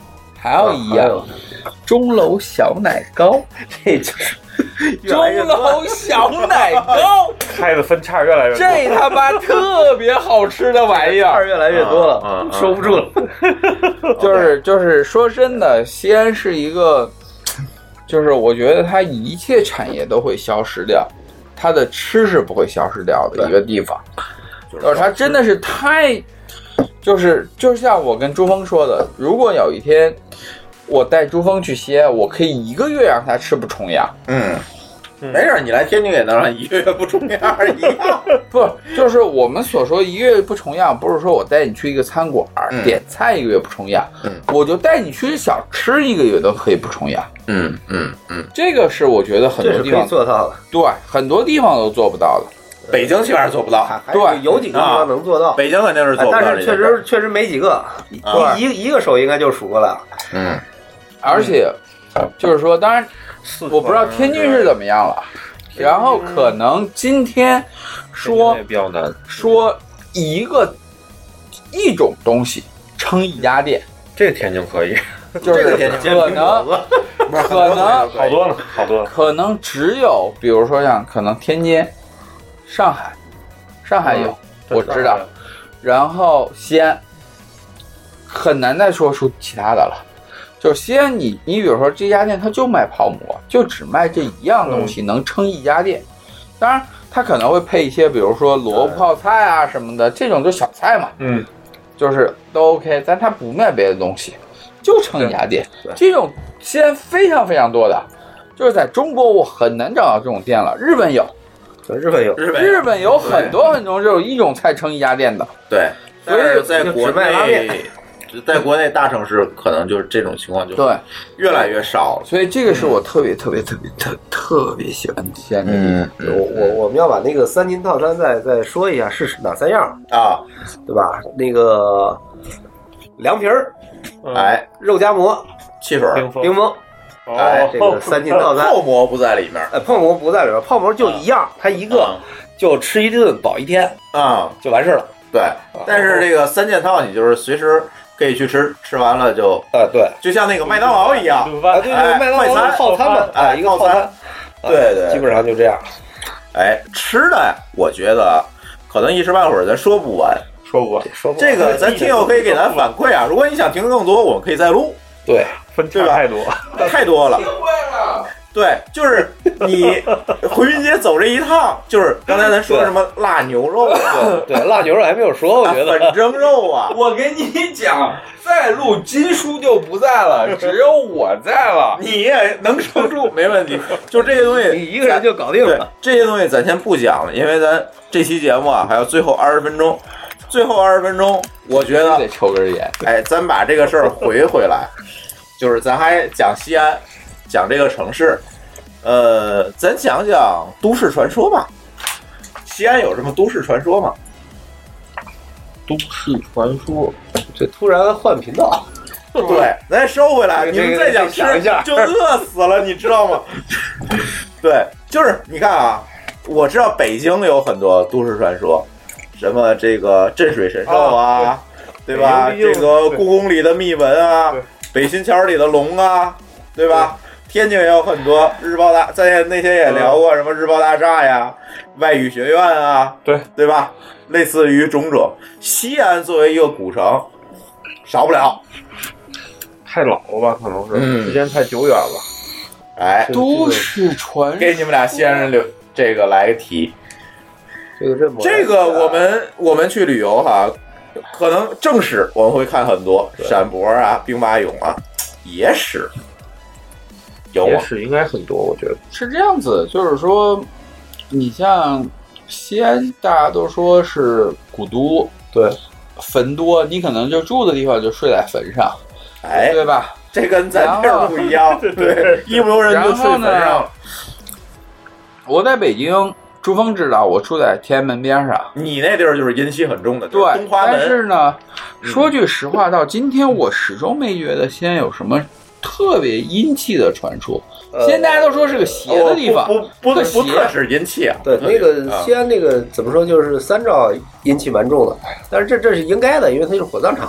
还有一样，钟楼小奶糕， 这就是钟楼小奶糕， 开的分叉越来越多， 这他妈特别好吃的玩意儿， 越来越多了，收不住了。 就是就是说真的，西安是一个，就是我觉得它一切产业都会消失掉，它的吃是不会消失掉的一个地方，就是它真的是太。就是就像我跟朱峰说的，如果有一天我带朱峰去西安，我可以一个月让他吃不重样。 嗯，没事，你来天津也能让一个月不重样一样。 不，就是我们所说一个月不重样，不是说我带你去一个餐馆、嗯、点菜一个月不重样，嗯，我就带你去小吃一个月都可以不重样。 嗯嗯嗯， 这个是我觉得很多地方做到的， 对，很多地方都做不到的。 北京起码做不到， 对，有几个地方能做到， 北京肯定是做不到， 但是确实确实没几个，一一一个手应该就数过来了。 嗯， 而且就是说，当然我不知道天津是怎么样了，然后可能今天说比较难， 说一个一种东西撑一家店， 这个天津可以， 就是可能可能好多了，好多了， 可能只有比如说像可能天津。上海，上海有、嗯、我知道，然后西安很难再说出其他的了。就西安你，你比如说这家店它就卖泡馍，就只卖这一样东西，能撑一家店。当然，它可能会配一些，比如说萝卜泡菜啊什么的，这种就小菜嘛， 嗯， 就是都 OK。但它不卖别的东西，就撑一家店。这种西安非常非常多的，就是在中国我很难找到这种店了。日本有。 日本有， 日本日本有很多很多这种一种菜撑一家店的， 对，但是在国内，在国内大城市可能就是这种情况就对越来越少了， 所以这个是我特别特别特别特特别喜欢西安的。 嗯，我我我们要把那个三金套餐再再说一下是哪三样啊， 对吧？那个凉皮儿， 哎， 肉夹馍， 汽水， 冰峰。哎，这个三金套餐， 泡馍不在里面。 哎，泡馍不在里面，泡馍就一样，它一个就吃一顿饱一天啊， 就完事了。 对，但是这个三件套你就是随时可以去吃，吃完了就啊，对， 就像那个麦当劳一样， 啊，对对，麦当劳套餐嘛，哎，一个套餐， 对对， 基本上就这样。 哎，吃的我觉得可能一时半会儿咱说不完， 说不完， 说不完。 这个咱听友可以给咱反馈啊，如果你想听更多，我们可以再录。 对。 分叉太多， 太多了。对，就是你回民街走这一趟，就是刚才咱说什么辣牛肉啊， 对，对辣牛肉还没有说，我觉得粉蒸肉啊。 我跟你讲，再录金叔就不在了，只有我在了。 你也能撑住，没问题。就这些东西， 你一个人就搞定了。 这些东西咱先不讲了，因为咱这期节目啊，还有最后二十分钟，最后二十分钟，我觉得得抽根烟。 哎，咱把这个事儿回回来。就是咱还讲西安，讲这个城市，呃，咱讲讲都市传说吧。西安有什么都市传说吗？ 都市传说， 这突然换频道， 对，咱收回来，你们再讲吃就饿死了，你知道吗？对，就是你看啊，我知道北京有很多都市传说，什么这个镇水神兽啊，啊对, 对吧？这个故宫里的秘闻啊。北新桥里的龙啊，对吧？天津也有很多日报大，咱也那天也聊过什么日报大厦呀、外语学院啊， 对对吧？类似于种种。西安作为一个古城，少不了。 太老了吧，可能是、嗯、时间太久远了。 哎， 都市传说， 给你们俩西安人留这个来个题。 这个这这个我们我们去旅游哈。可能正史我们会看很多，陕博啊、兵马俑啊，野史有吗？ 野史应该很多，我觉得是这样子。就是说，你像西安，大家都说是古都， 对， 坟多，你可能就住的地方就睡在坟上， 哎， 对吧？ 这跟咱这儿不一样，对，一不留人就睡坟上。 我在北京。珠峰知道我住在天安门边上， 你那地儿就是阴气很重的， 对。 东华门。 但是呢，说句实话，到今天我始终没觉得西安有什么特别阴气的传说。 呃、 现在大家都说是个邪的地方， 不不不不特是阴气啊。 对，那个西安那个怎么说，就是三兆阴气蛮重的，但是这这是应该的，因为它是火葬场。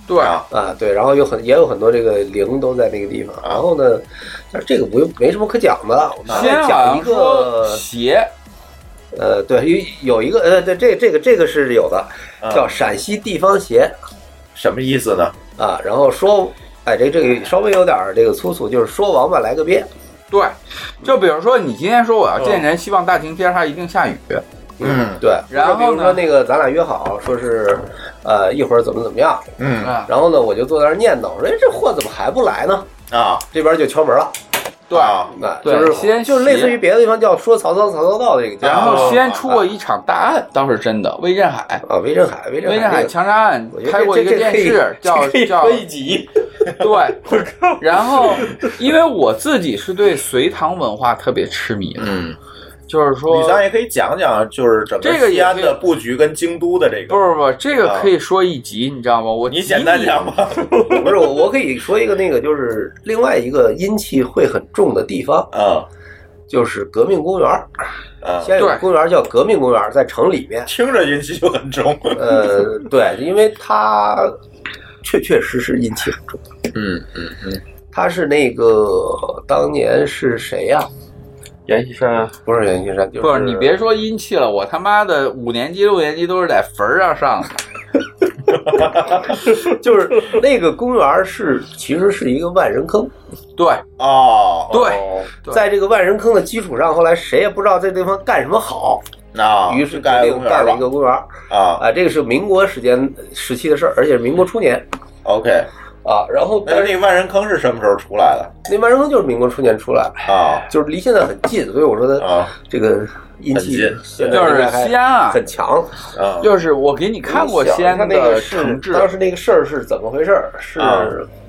对啊，对，然后有很也有很多这个陵都在那个地方。然后呢，但是这个不用没什么可讲的，我们先讲一个鞋。 呃，对，有有一个呃，对，这个这个这个是有的，叫陕西地方鞋， 什么意思呢？ 啊，然后说，哎，这这个稍微有点这个粗俗，就是说王八来个遍。 对，就比如说你今天说我要见人，希望大晴天，它一定下雨。 嗯，对。然后比如说那个咱俩约好，说是呃一会儿怎么怎么样， 嗯， 然后呢我就坐在那儿念叨，说哎这货怎么还不来呢？ 啊， 这边就敲门了。 对， 那就是先就是类似于别的地方叫说曹操曹操到这个， 然后西安出过一场大案，倒是真的，魏镇海啊，魏镇海，魏镇海， 魏镇海枪杀案，拍过一个电视叫叫一集， 对，然后因为我自己是对隋唐文化特别痴迷的， 嗯。 就是说， 吕桑也可以讲讲，就是整个西安的布局跟京都的这个。 不不不，这个可以说一集，你知道吗？我你简单讲吧。 不是我，我可以说一个那个，就是另外一个阴气会很重的地方啊， 就是革命公园啊。 现在有个公园叫革命公园，在城里面， 听着阴气就很重。 呃，对，因为它确确实实阴气很重。 嗯嗯嗯， 它是那个当年是谁呀？ 阎锡山不是阎锡山，就是不是你别说阴气了，我他妈的五年级六年级都是在坟上上的，就是那个公园是其实是一个万人坑， 对哦， 对， 在这个万人坑的基础上，后来谁也不知道这地方干什么好， 啊， 于是盖了盖了一个公园啊啊，这个是民国时间时期的事儿，而且是民国初年 ，OK。 啊，然后那那个万人坑是什么时候出来的？ 那万人坑就是民国初年出来啊， 就是离现在很近，所以我说的啊， 这个阴气就是西安啊， 很强啊。 就是我给你看过西安的城志， 当时那个事儿是怎么回事？是、啊、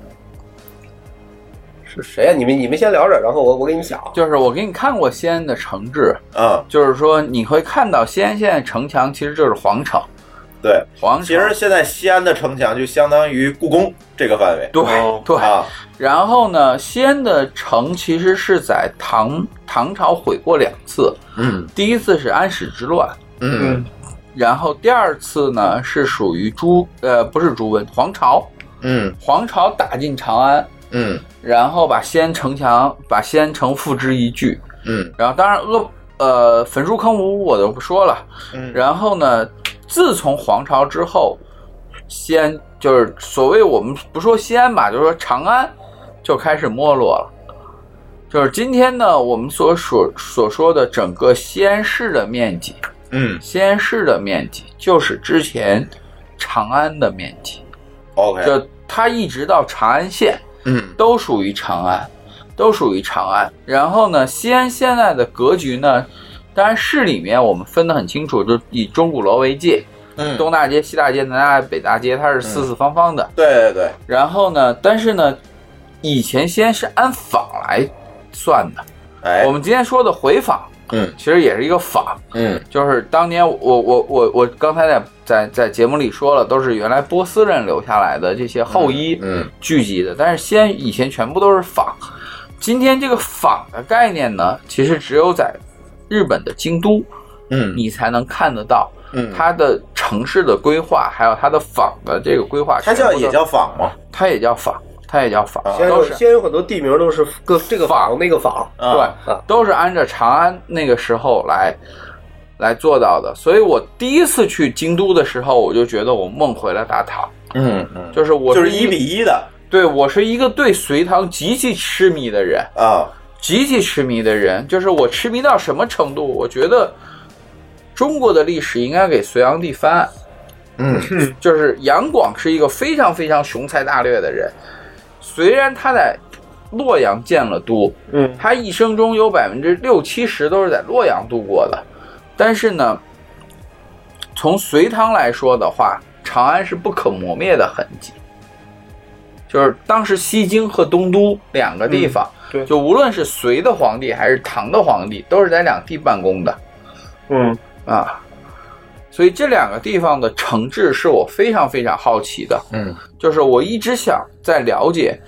是谁呀、啊？你们你们先聊着，然后我我给你讲。 就是我给你看过西安的城志， 啊， 就是说你会看到西安现在城墙其实就是皇城。 对， 皇城其实现在西安的城墙就相当于故宫这个范围。 对、 哦、 对、 啊， 然后呢，西安的城其实是在唐唐朝毁过两次。 嗯， 第一次是安史之乱。 嗯， 然后第二次呢是属于朱呃不是朱温黄巢。 嗯， 黄巢打进长安。 嗯， 然后把西安城墙把西安城付之一炬。 嗯， 然后当然阿呃焚书坑儒我都不说了。 嗯， 然后呢。自从黄巢之后，西安就是所谓我们不说西安吧，就是说长安就开始没落了。就是今天呢，我们所所所说的整个西安市的面积， 嗯， 西安市的面积就是之前长安的面积。 OK， 就它一直到长安县， 嗯， 都属于长安，都属于长安。然后呢，西安现在的格局呢？当然市里面我们分得很清楚，就以钟鼓楼为界， 嗯， 东大街、西大街、南大街、北大街，它是四四方方的。 嗯、对对对。 然后呢，但是呢，以前西安是按坊来算的。 哎， 我们今天说的回坊， 嗯， 其实也是一个坊， 嗯， 就是当年我我我我刚才在在在节目里说了，都是原来波斯人留下来的这些后裔， 嗯， 聚集的。但是西安以前全部都是坊。今天这个坊的概念呢，其实只有在日本的京都， 嗯， 你才能看得到， 嗯， 它的城市的规划，还有它的坊的这个规划， 它叫也叫坊吗？ 它也叫坊，它也叫坊， 现在现在有很多地名都是各这个坊那个坊， 对，啊、都是按照长安那个时候来来做到的。所以我第一次去京都的时候，我就觉得我梦回了大唐， 嗯嗯， 就是我就是一比一的， 对我是一个对隋唐极其痴迷的人啊。 极其痴迷的人，就是我痴迷到什么程度？我觉得中国的历史应该给隋炀帝翻案。 嗯， 就是杨广是一个非常非常雄才大略的人，虽然他在洛阳建了都， 嗯， 他一生中有百分之六七十都是在洛阳度过的，但是呢，从隋唐来说的话，长安是不可磨灭的痕迹。就是当时西京和东都两个地方。 嗯对， 就无论是隋的皇帝还是唐的皇帝，都是在两地办公的。 嗯啊，所以这两个地方的城制是我非常非常好奇的。 嗯， 就是我一直想在了解，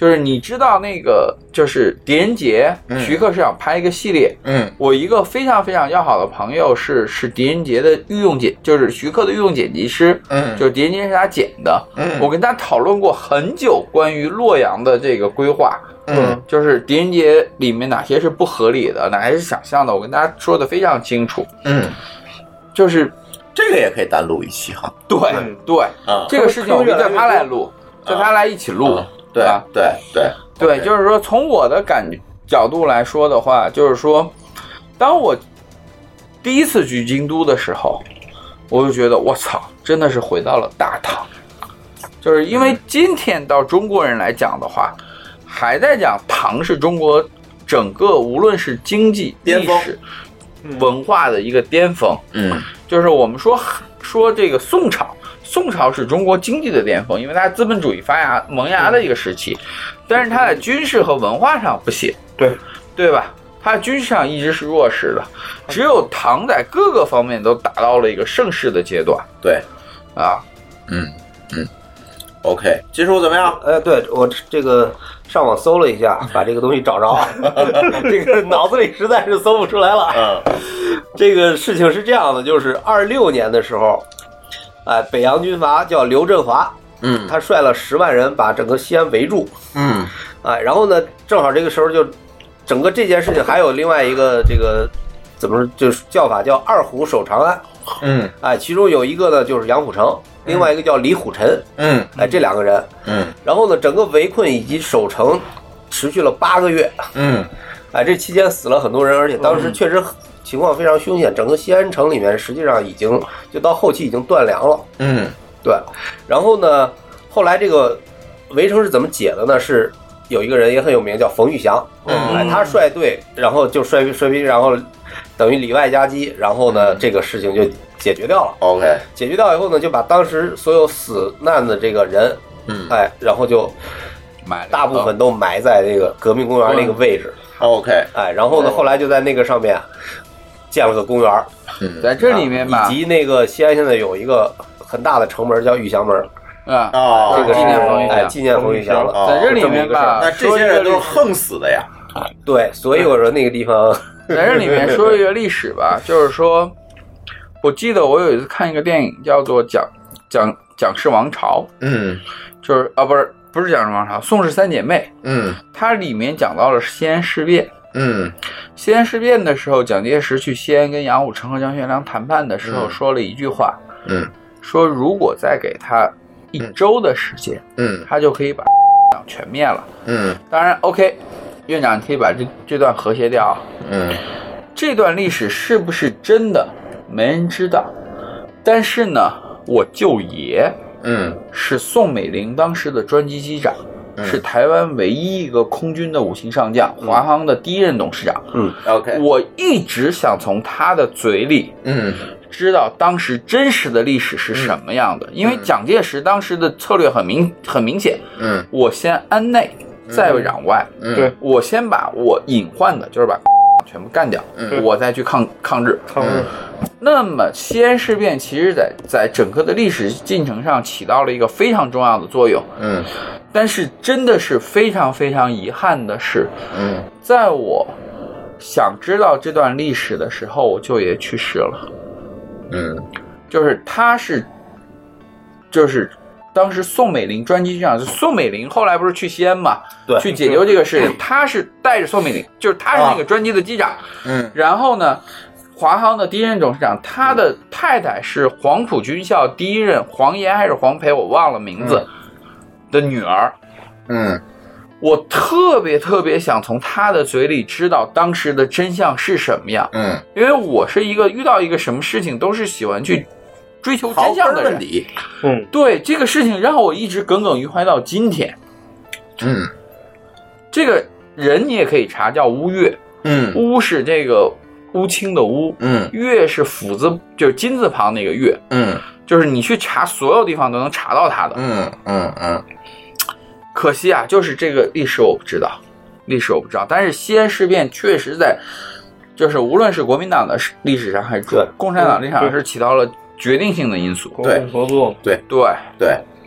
就是你知道那个就是狄仁杰， 嗯、 徐克是想拍一个系列。 嗯， 我一个非常非常要好的朋友是是狄仁杰的御用剪，就是徐克的御用剪辑师。 嗯， 就是狄仁杰是他剪的。 嗯， 我跟他讨论过很久关于洛阳的这个规划。 嗯， 就是狄仁杰里面哪些是不合理的，哪些是想象的，我跟大家说的非常清楚。 嗯， 就是这个也可以单录一期哈。 对、 嗯、 对啊， 这个事情我跟叫他来录，叫他来一起录。 啊、对、 啊、 对对对，就是说从我的感角度来说的话，就是说，当我第一次去京都的时候，我就觉得我操，真的是回到了大唐。就是因为今天到中国人来讲的话，还在讲唐是中国整个无论是经济、历史、文化的一个巅峰。 嗯， 就是我们说说这个宋朝，宋朝是中国经济的巅峰，因为它资本主义发芽萌芽的一个时期，但是它在军事和文化上不行， 对对吧？它军事上一直是弱势的，只有唐在各个方面都达到了一个盛世的阶段。 对， 啊， 嗯嗯。OK， 金叔怎么样？ 呃，对我这个上网搜了一下，把这个东西找着，这个脑子里实在是搜不出来了。 嗯， 这个事情是这样的，就是二六年的时候，哎、呃，北洋军阀叫刘振华， 嗯， 他率了十万人把整个西安围住， 嗯， 哎，然后呢，正好这个时候就整个这件事情还有另外一个这个怎么说，就是叫法叫二虎守长安， 嗯， 哎，其中有一个呢就是杨虎城。另外一个叫李虎臣， 嗯， 哎，这两个人， 嗯， 然后呢，整个围困以及守城持续了八个月， 嗯， 哎，这期间死了很多人，而且当时确实情况非常凶险，整个西安城里面实际上已经就到后期已经断粮了， 嗯， 对，然后呢，后来这个围城是怎么解的呢？是有一个人也很有名，叫冯玉祥， 嗯， 哎，他率队，然后就率率兵，然后等于里外夹击，然后呢，这个事情就解决掉了。 OK， 解决掉以后呢，就把当时所有死难的这个人， 嗯， 哎，然后就埋大部分都埋在这个革命公园那个位置。 OK， 哎，然后呢，后来就在那个上面建了个公园。 嗯， 在这里面吧， 以及那个西安现在有一个很大的城门叫玉祥门。 啊， 哦， 这个纪念冯玉祥， 哎，纪念冯玉祥了。 在这里面吧， 那这些人都是横死的呀。 对，所以我说那个地方， 在这里面说一个历史吧，就是说，我记得我有一次看一个电影叫做《蒋蒋蒋氏王朝》， 嗯， 就是啊，不是不是蒋氏王朝，宋氏三姐妹， 嗯， 它里面讲到了西安事变， 嗯， 西安事变的时候，蒋介石去西安跟杨虎城和张学良谈判的时候，说了一句话， 嗯， 说如果再给他一周的时间， 嗯， 他就可以把党全灭了， 嗯， 当然 OK。院长可以把这这段和谐掉， 嗯， 这段历史是不是真的，没人知道。但是呢，我舅爷， 嗯， 是宋美龄当时的专机机长， 嗯、 是台湾唯一一个空军的五星上将，嗯、华航的第一任董事长。 嗯 ，OK， 我一直想从他的嘴里， 嗯， 知道当时真实的历史是什么样的，嗯、因为蒋介石当时的策略很明很明显， 嗯， 我先安内。再攘外， 嗯， 对，我先把我隐患的，就是把全部干掉， 嗯， 我再去抗抗日， 抗日。 那么西安事变其实在在整个的历史进程上起到了一个非常重要的作用， 嗯， 但是真的是非常非常遗憾的是， 嗯， 在我想知道这段历史的时候，我舅爷去世了， 嗯， 就是他是，就是。当时宋美龄专机机长，宋美龄后来不是去西安嘛？ 对， 去解救这个事情，他是带着宋美龄，就是他是那个专机的机长。 嗯， 然后呢，华航的第一任董事长，他的太太是黄埔军校第一任黄岩还是黄培，我忘了名字的女儿。 嗯， 我特别特别想从他的嘴里知道当时的真相是什么样。 嗯， 因为我是一个遇到一个什么事情都是喜欢去。追求真相的人， 嗯， 对这个事情让我一直耿耿于怀到今天。 嗯， 这个人你也可以查，叫乌月， 嗯， 乌是这个乌青的乌， 嗯， 月是斧字，就是金字旁那个月， 嗯， 就是你去查所有地方都能查到他的， 嗯嗯嗯。 可惜啊，就是这个历史我不知道，历史我不知道，但是西安事变确实在，就是无论是国民党的历史上还是共产党历史上是起到了。决定性的因素， 对合作， 对对对对，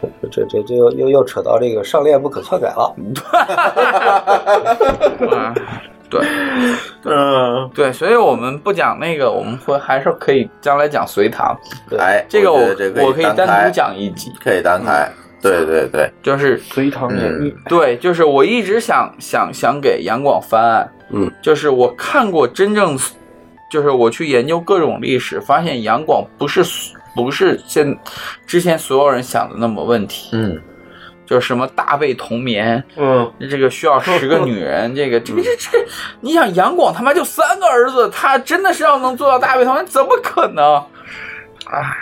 这这这又又又扯到这个上链不可篡改了。 啊对，嗯，对，所以我们不讲那个，我们会还是可以将来讲隋唐。 哎， 这个我我, 这个我可以单独讲一集， 可以单开。嗯、对对对， 就是隋唐演义。 对，就是我一直想想想给杨广翻案， 嗯， 就是我看过真正，就是我去研究各种历史，发现杨广不是不是现之前所有人想的那么问题， 嗯。 就是什么大被同眠， 嗯， 这个需要十个女人，这个这这这，你想杨广他妈就三个儿子，他真的是要能做到大被同眠，怎么可能？啊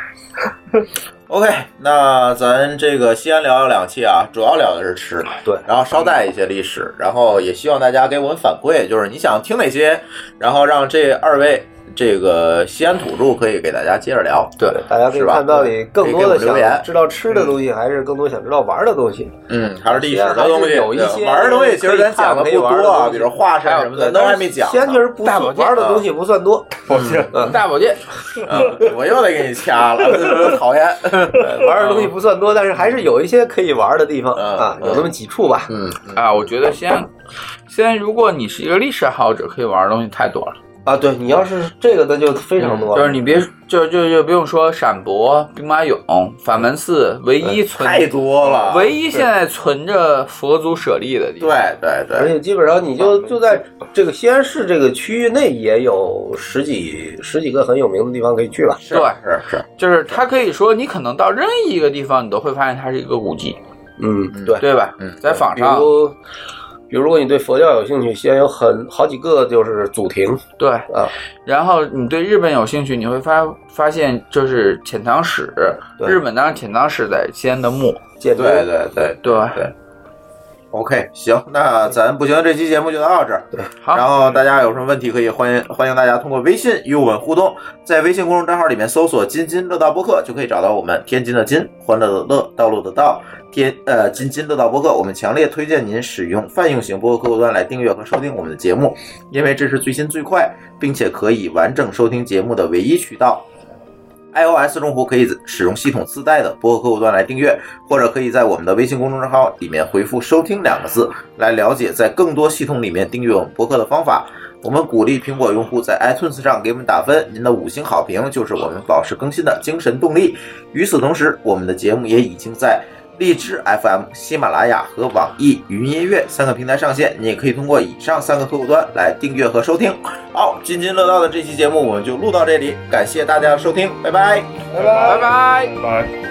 ，OK， 那咱这个西安聊了两期啊，主要聊的是吃， 对， 然后捎带一些历史，然后也希望大家给我们反馈，就是你想听哪些，然后让这二位。这个西安土著可以给大家接着聊， 对，大家可以看到底更多的想知道吃的东西，还是更多想知道玩的东西？ 嗯，还是历史的东西， 有一些玩的东西其实咱讲的不多啊，比如华山什么的，都还没讲。 西安确实不大玩的东西不算多， 宝剑， 嗯，大宝剑， 嗯，我又得给你掐了，讨厌。 玩的东西不算多，但是还是有一些可以玩的地方啊，有那么几处吧。 嗯啊，我觉得西安，西安如果你是一个历史爱好者，可以玩的东西太多了。 啊，对，你要是这个那就非常多、 嗯，就是你别就就就不用说陕博、兵马俑、法门寺，唯一存太多了， 唯一现在存着佛祖舍利的地方。 对对对， 而且基本上你就就在这个西安市这个区域内也有十几十几个很有名的地方可以去了。 对， 是是， 就是它可以说你可能到任意一个地方，你都会发现它是一个古迹。 嗯，对， 对吧？ 嗯， 在坊上。 比如，如果你对佛教有兴趣，西安有很好几个就是祖庭， 对啊。 然后你对日本有兴趣，你会发发现就是遣唐使，日本当然遣唐使在西安的墓， 对对对对对。OK， 行，那咱不行，这期节目就到这儿。 对， 好。 然后大家有什么问题，可以欢迎欢迎大家通过微信与我们互动，在微信公众账号里面搜索“津津乐道播客”就可以找到我们。天津的津，欢乐的乐，道路的道。天呃，津津乐道播客，我们强烈推荐您使用泛用型播客客户端来订阅和收听我们的节目，因为这是最新最快，并且可以完整收听节目的唯一渠道。iOS 用户可以使用系统自带的播客客户端来订阅，或者可以在我们的微信公众账号里面回复收听两个字来了解在更多系统里面订阅我们播客的方法。我们鼓励苹果用户在 iTunes 上给我们打分，您的五星好评就是我们保持更新的精神动力。与此同时，我们的节目也已经在荔枝 F M、喜马拉雅和网易云音乐三个平台上线，你也可以通过以上三个客户端来订阅和收听。好，津津乐道的这期节目我们就录到这里，感谢大家的收听，拜拜， 拜拜，拜拜。 拜拜。